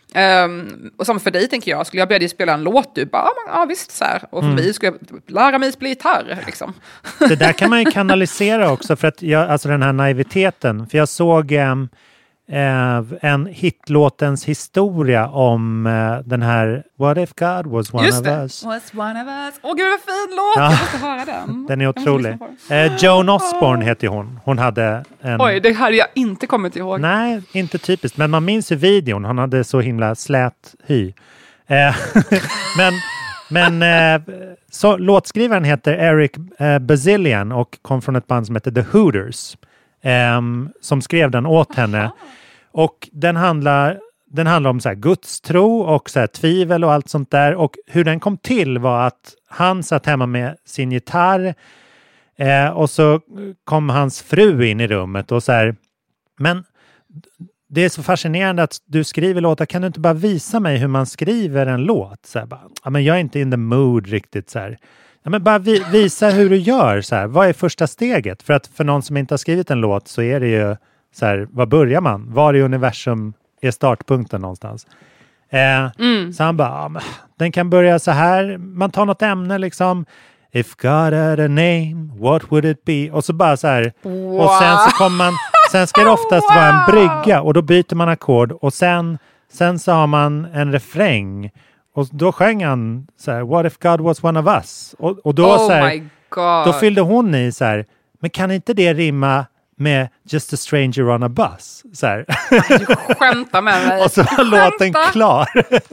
Um, och som för dig tänker jag, skulle jag börja spela en låt, du bara, ja ah, ah, visst så här. Och för mm. mig skulle jag lära mig spela gitarr liksom. Det där kan man ju kanalisera också, för att jag, alltså den här naiviteten, för jag såg... Um, Uh, en hitlåtens historia om uh, den här What if God was one Just of det. us. Was one of us. Åh gud vad fin låt, ja. Jag måste höra den. Den är otrolig. Uh, Joan Osborne heter hon. Hon hade en... Oj, det hade jag inte kommit ihåg. Nej, inte typiskt. Men man minns ju videon. Hon hade så himla slät hy. Uh, men men uh, så, låtskrivaren heter Eric uh, Bazillian och kom från ett band som heter The Hooters. Um, som skrev den åt henne. Och den handlar, den handlar om så här gudstro och så här tvivel och allt sånt där. Och hur den kom till var att han satt hemma med sin gitarr. Eh, och så kom hans fru in i rummet och så här. Men det är så fascinerande att du skriver låtar. Kan du inte bara visa mig hur man skriver en låt? Så här, bara, ja, men jag är inte in the mood riktigt så här. Ja, men bara vi, visa hur du gör. Så här. Vad är första steget? För att för någon som inte har skrivit en låt så är det ju så här, var börjar man? Var i universum är startpunkten någonstans? Eh, mm. Så han bara, ja, men, den kan börja så här. Man tar något ämne liksom. If God had a name, what would it be? Och så bara så här. Wow. Och sen så kommer man, sen ska det oftast wow. vara en brygga. Och då byter man ackord. Och sen, sen så har man en refräng. Och då sjöng han så här, what if God was one of us? Och, och då, oh så här, my God. Då fyllde hon i så här, men kan inte det rimma med Just a stranger on a bus? Så här. Du skämtar med mig. Och så var låten klar.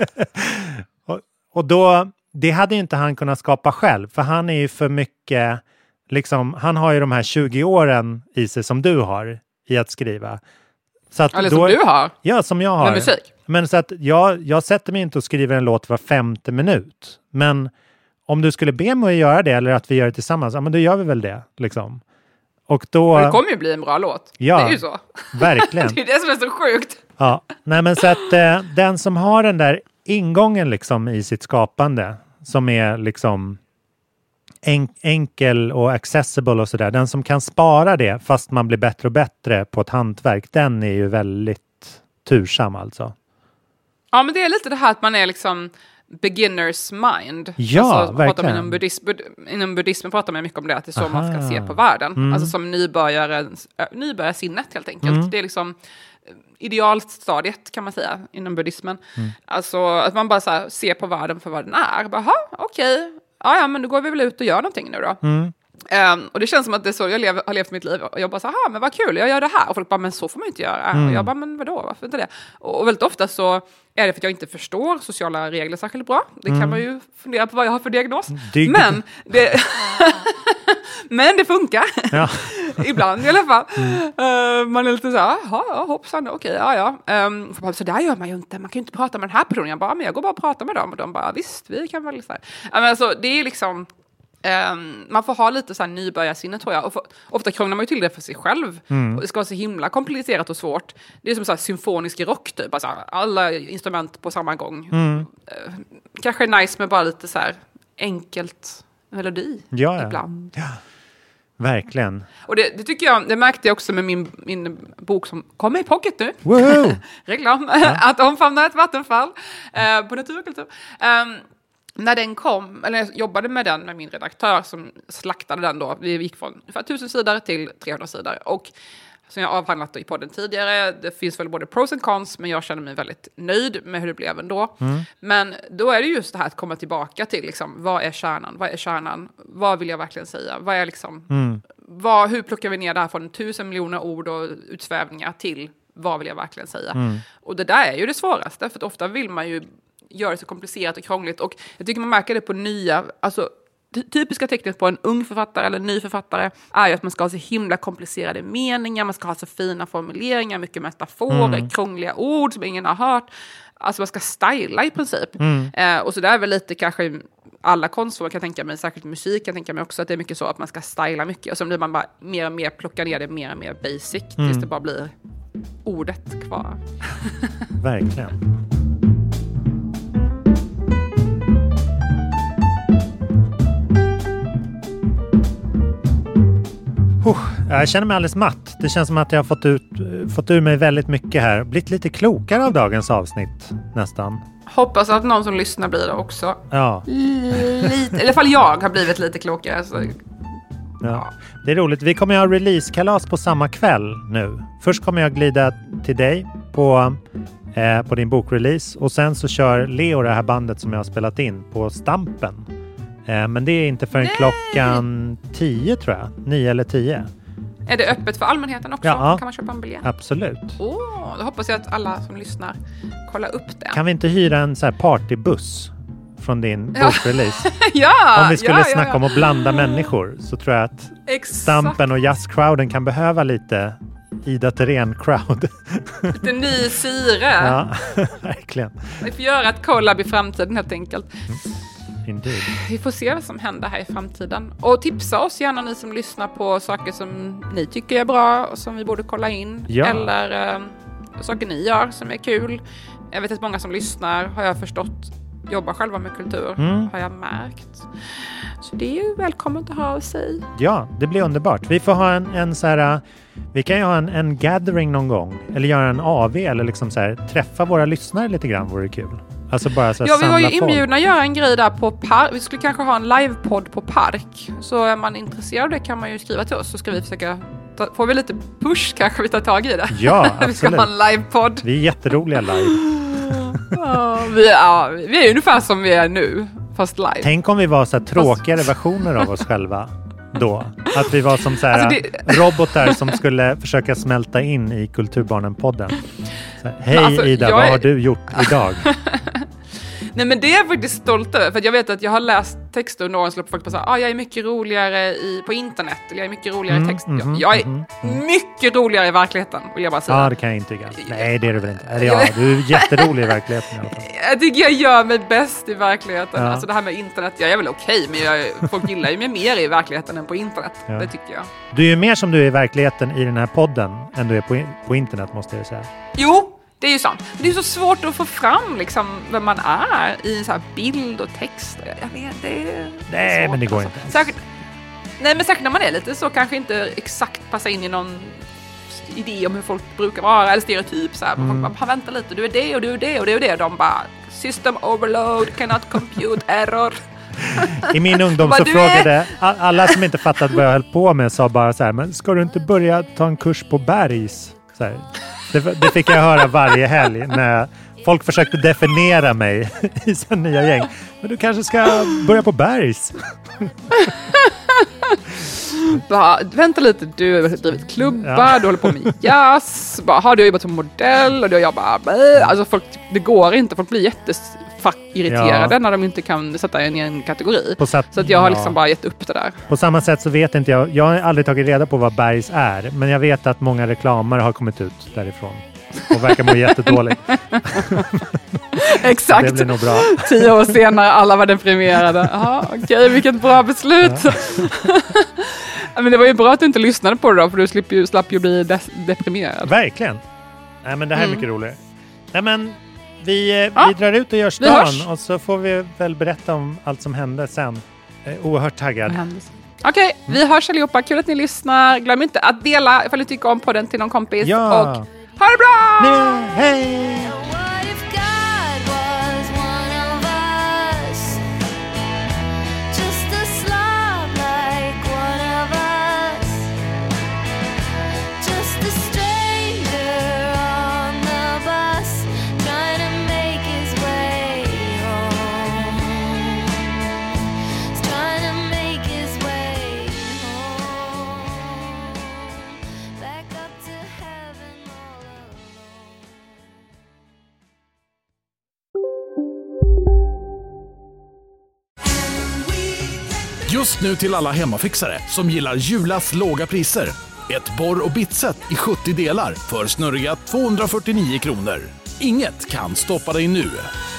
och, och då, det hade ju inte han kunnat skapa själv. För han är ju för mycket, liksom, han har ju de här tjugo åren i sig som du har i att skriva. Så att Eller då, som du har? Ja, som jag har. Med musik? Men så att jag, jag sätter mig inte och skriver en låt var femte minut. Men om du skulle be mig att göra det eller att vi gör det tillsammans, ja men då gör vi väl det. Liksom. Och då... Och det kommer ju bli en bra låt. Ja, det är ju så. Verkligen. Det är det som är så sjukt. Ja, nej men så att eh, den som har den där ingången liksom i sitt skapande som är liksom en, enkel och accessible och sådär. Den som kan spara det fast man blir bättre och bättre på ett hantverk, den är ju väldigt tursam alltså. Ja, men det är lite det här att man är liksom beginners mind. Ja, alltså, verkligen. Pratar inom, buddhism, bud, inom buddhismen pratar man mycket om det, att det är så Aha. man ska se på världen. Mm. Alltså som nybörjare, nybörjarsinnet helt enkelt. Mm. Det är liksom idealstadiet kan man säga inom buddhismen. Mm. Alltså att man bara så här, ser på världen för vad den är. Bara, okej, okay. ja, ja, men då går vi väl ut och gör någonting nu då. Mm. Um, och det känns som att det är så jag lev, har levt mitt liv. Och jag bara så här, men vad kul, jag gör det här. Och folk bara, men så får man inte göra. Mm. Och jag bara, men vadå, varför inte det? Och, och väldigt ofta så är det för att jag inte förstår sociala regler särskilt bra. Det mm. kan man ju fundera på vad jag har för diagnos. Dig- men det, men det funkar. Ja. Ibland i alla fall. Mm. Uh, man är lite så här, ja, hoppsan, okej, okay, ja, ja. Um, bara, så där gör man ju inte. Man kan ju inte prata med den här personen. Jag bara, men jag går bara och pratar med dem. Och de bara, visst, vi kan väl så här. Men alltså, det är liksom... Um, man får ha lite så här nybörjarsinne tror jag. Och för, ofta krånglar man ju till det för sig själv. Mm. Och det ska vara så himla komplicerat och svårt. Det är som så här symfonisk rock typ. Alltså, alla instrument på samma gång. Mm. Uh, kanske är nice med bara lite så här enkelt melodi ja, ja. ibland. Ja. Verkligen. Och det, det tycker jag, det märkte jag också med min, min bok som kommer i pocket nu. Reklam. Ja. Att omfamna ett vattenfall uh, på naturkultur. Um, När den kom, eller jag jobbade med den med min redaktör som slaktade den då. Vi gick från ungefär tusen sidor till trehundra sidor. Och som jag avhandlat i podden tidigare. Det finns väl både pros and cons, men jag känner mig väldigt nöjd med hur det blev ändå. Mm. Men då är det just det här att komma tillbaka till liksom, vad är kärnan? Vad är kärnan? Vad vill jag verkligen säga? Vad är liksom, mm. vad, hur plockar vi ner det här från tusen miljoner ord och utsvävningar till vad vill jag verkligen säga? Mm. Och det där är ju det svåraste, för att ofta vill man ju göra det så komplicerat och krångligt. Och jag tycker man märker det på nya, alltså typiska tecknet på en ung författare eller en ny författare är ju att man ska ha så himla komplicerade meningar, man ska ha så fina formuleringar, mycket metaforer, mm. krångliga ord som ingen har hört. Alltså man ska styla i princip. Mm. Eh, och så där är väl lite kanske alla konstformer kan tänka mig, särskilt musik kan tänka mig också att det är mycket så att man ska styla mycket. Och så blir man bara mer och mer plocka ner det mer och mer basic mm. tills det bara blir ordet kvar. Verkligen. Oh, jag känner mig alldeles matt. Det känns som att jag har fått, ut, fått ur mig väldigt mycket här. Blivit lite klokare av dagens avsnitt, nästan. Hoppas att någon som lyssnar blir det också. Ja. Lite, i alla fall jag har blivit lite klokare. Så. Ja. Det är roligt. Vi kommer att ha releasekalas på samma kväll nu. Först kommer jag glida till dig på, eh, på din bokrelease. Och sen så kör Leo det här bandet som jag har spelat in på Stampen. Men det är inte förrän Nej. klockan tio tror jag. Nio eller tio. Är det öppet för allmänheten också? Ja. Kan man köpa en biljett? Absolut. Åh, oh, då hoppas jag att alla som lyssnar kollar upp det. Kan vi inte hyra en så här partybuss från din ja. bokrelease? ja! Om vi skulle ja, snacka ja, ja. om att blanda människor så tror jag att Exakt. Stampen och jazzcrowden kan behöva lite Ida Terén-crowd. Lite ny syre. Ja, verkligen. Vi får göra ett collab i framtiden helt enkelt. Mm. Indeed. Vi får se vad som händer här i framtiden. Och tipsa oss gärna ni som lyssnar på saker som ni tycker är bra och som vi borde kolla in. Ja. Eller eh, saker ni gör som är kul. Jag vet att många som lyssnar har jag förstått jobbar själva med kultur. Mm. Har jag märkt. Så det är ju välkommet att ha av sig. Ja, det blir underbart. Vi får ha en, en så här... Vi kan ju ha en, en gathering någon gång. Eller göra en A V. Eller liksom så här, träffa våra lyssnare lite grann vore kul. Alltså bara så ja, vi var ju folk. inbjudna att göra en grej där på Park. Vi skulle kanske ha en livepodd på Park. Så är man intresserad av det kan man ju skriva till oss. Så ska vi försöka, ta, får vi lite push kanske vi tar tag i det. Ja, absolut. Vi ska ha en livepodd. Vi är jätteroliga live. ja, vi, ja, vi är ungefär som vi är nu, fast live. Tänk om vi var så här tråkigare fast... versioner av oss själva då. Att vi var som så här alltså det... robotar som skulle försöka smälta in i Kulturbarnen-podden. Så här, hej alltså, Ida, vad är... har du gjort idag? Nej, men det är jag faktiskt stolt över. För jag vet att jag har läst texter och någon skulle folk bara säga ah, jag är mycket roligare i, på internet. Eller jag är mycket roligare i text. Mm, mm, jag är mm, mm. mycket roligare i verkligheten, vill jag bara säga. Ja, det kan jag intyga. Nej, det är du väl inte. Eller ja, du är jätterolig i verkligheten i alla fall. Jag tycker jag gör mig bäst i verkligheten. Ja. Alltså det här med internet, jag är väl okej. Men jag, folk gillar ju mig mer i verkligheten än på internet. Ja. Det tycker jag. Du är ju mer som du är i verkligheten i den här podden än du är på, på internet, måste jag säga. Jo! Det är ju sant. Det är så svårt att få fram liksom vem man är i en så här bild och text. Jag vet, det är Nej, svårt, men det går alltså. inte. Säkert, nej, men säkert när man är lite så kanske inte exakt passar in i någon idé om hur folk brukar vara eller stereotyp. Så här. Mm. Man bara, vänta lite, du är det och du är det och det och det. De bara, system overload, cannot compute, error. I min ungdom bara, så frågade är... alla som inte fattat vad jag höll på med sa bara så här, men ska du inte börja ta en kurs på Bergs? Så här. Det, det fick jag höra varje helg när folk försökte definiera mig i sin nya gäng. Men du kanske ska börja på Bergs. Bara, vänta lite, du har drivit klubbar, ja. Du håller på med jazz. Bara, har du jobbat som modell? Och du jobbar, alltså folk, det går inte, folk blir jätteirriterade ja. När de inte kan sätta en i en kategori. Sätt, så att jag har liksom ja. bara gett upp det där. På samma sätt så vet inte jag, jag har aldrig tagit reda på vad Bergs är, men jag vet att många reklamer har kommit ut därifrån. Och verkar må jättedåligt. Exakt. Det blir nog bra. Tio år senare, alla var deprimerade. Jaha, okej, okay, vilket bra beslut. Ja. Men det var ju bra att du inte lyssnade på det då, för du slapp ju, slapp ju bli de- deprimerad. Verkligen. Nej, men det här är mm. mycket roligare. Nej, men vi, ja. vi drar ut och gör stan och så får vi väl berätta om allt som hände sen. Jag är oerhört taggad. Okej, okay, mm. vi hörs allihopa. Kul att ni lyssnar. Glöm inte att dela ifall ni tycker om podden till någon kompis. Ja. Och ha det bra! Nej, hej! Just a Just nu till alla hemmafixare som gillar Julas låga priser. Ett borr- och bitset i sjuttio delar för snurriga tvåhundrafyrtionio kronor. Inget kan stoppa dig nu.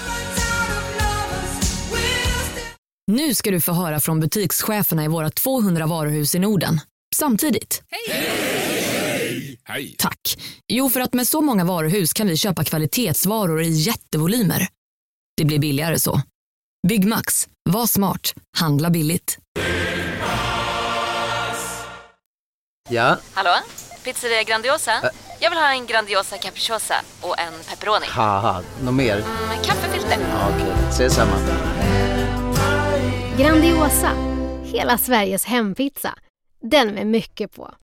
Nu ska du få höra från butikscheferna i våra tvåhundra varuhus i Norden. Samtidigt. Hej! Hej! Tack. Jo, för att med så många varuhus kan vi köpa kvalitetsvaror i jättevolymer. Det blir billigare så. Byggmax. Var smart. Handla billigt. Ja? Hallå? Pizzeria Grandiosa? Ä Jag vill ha en Grandiosa capriciosa och en pepperoni. Haha, något mer? Mm, kaffefilter. Ja, okej, okay. Ses samma. Grandiosa. Hela Sveriges hempizza. Den med mycket på.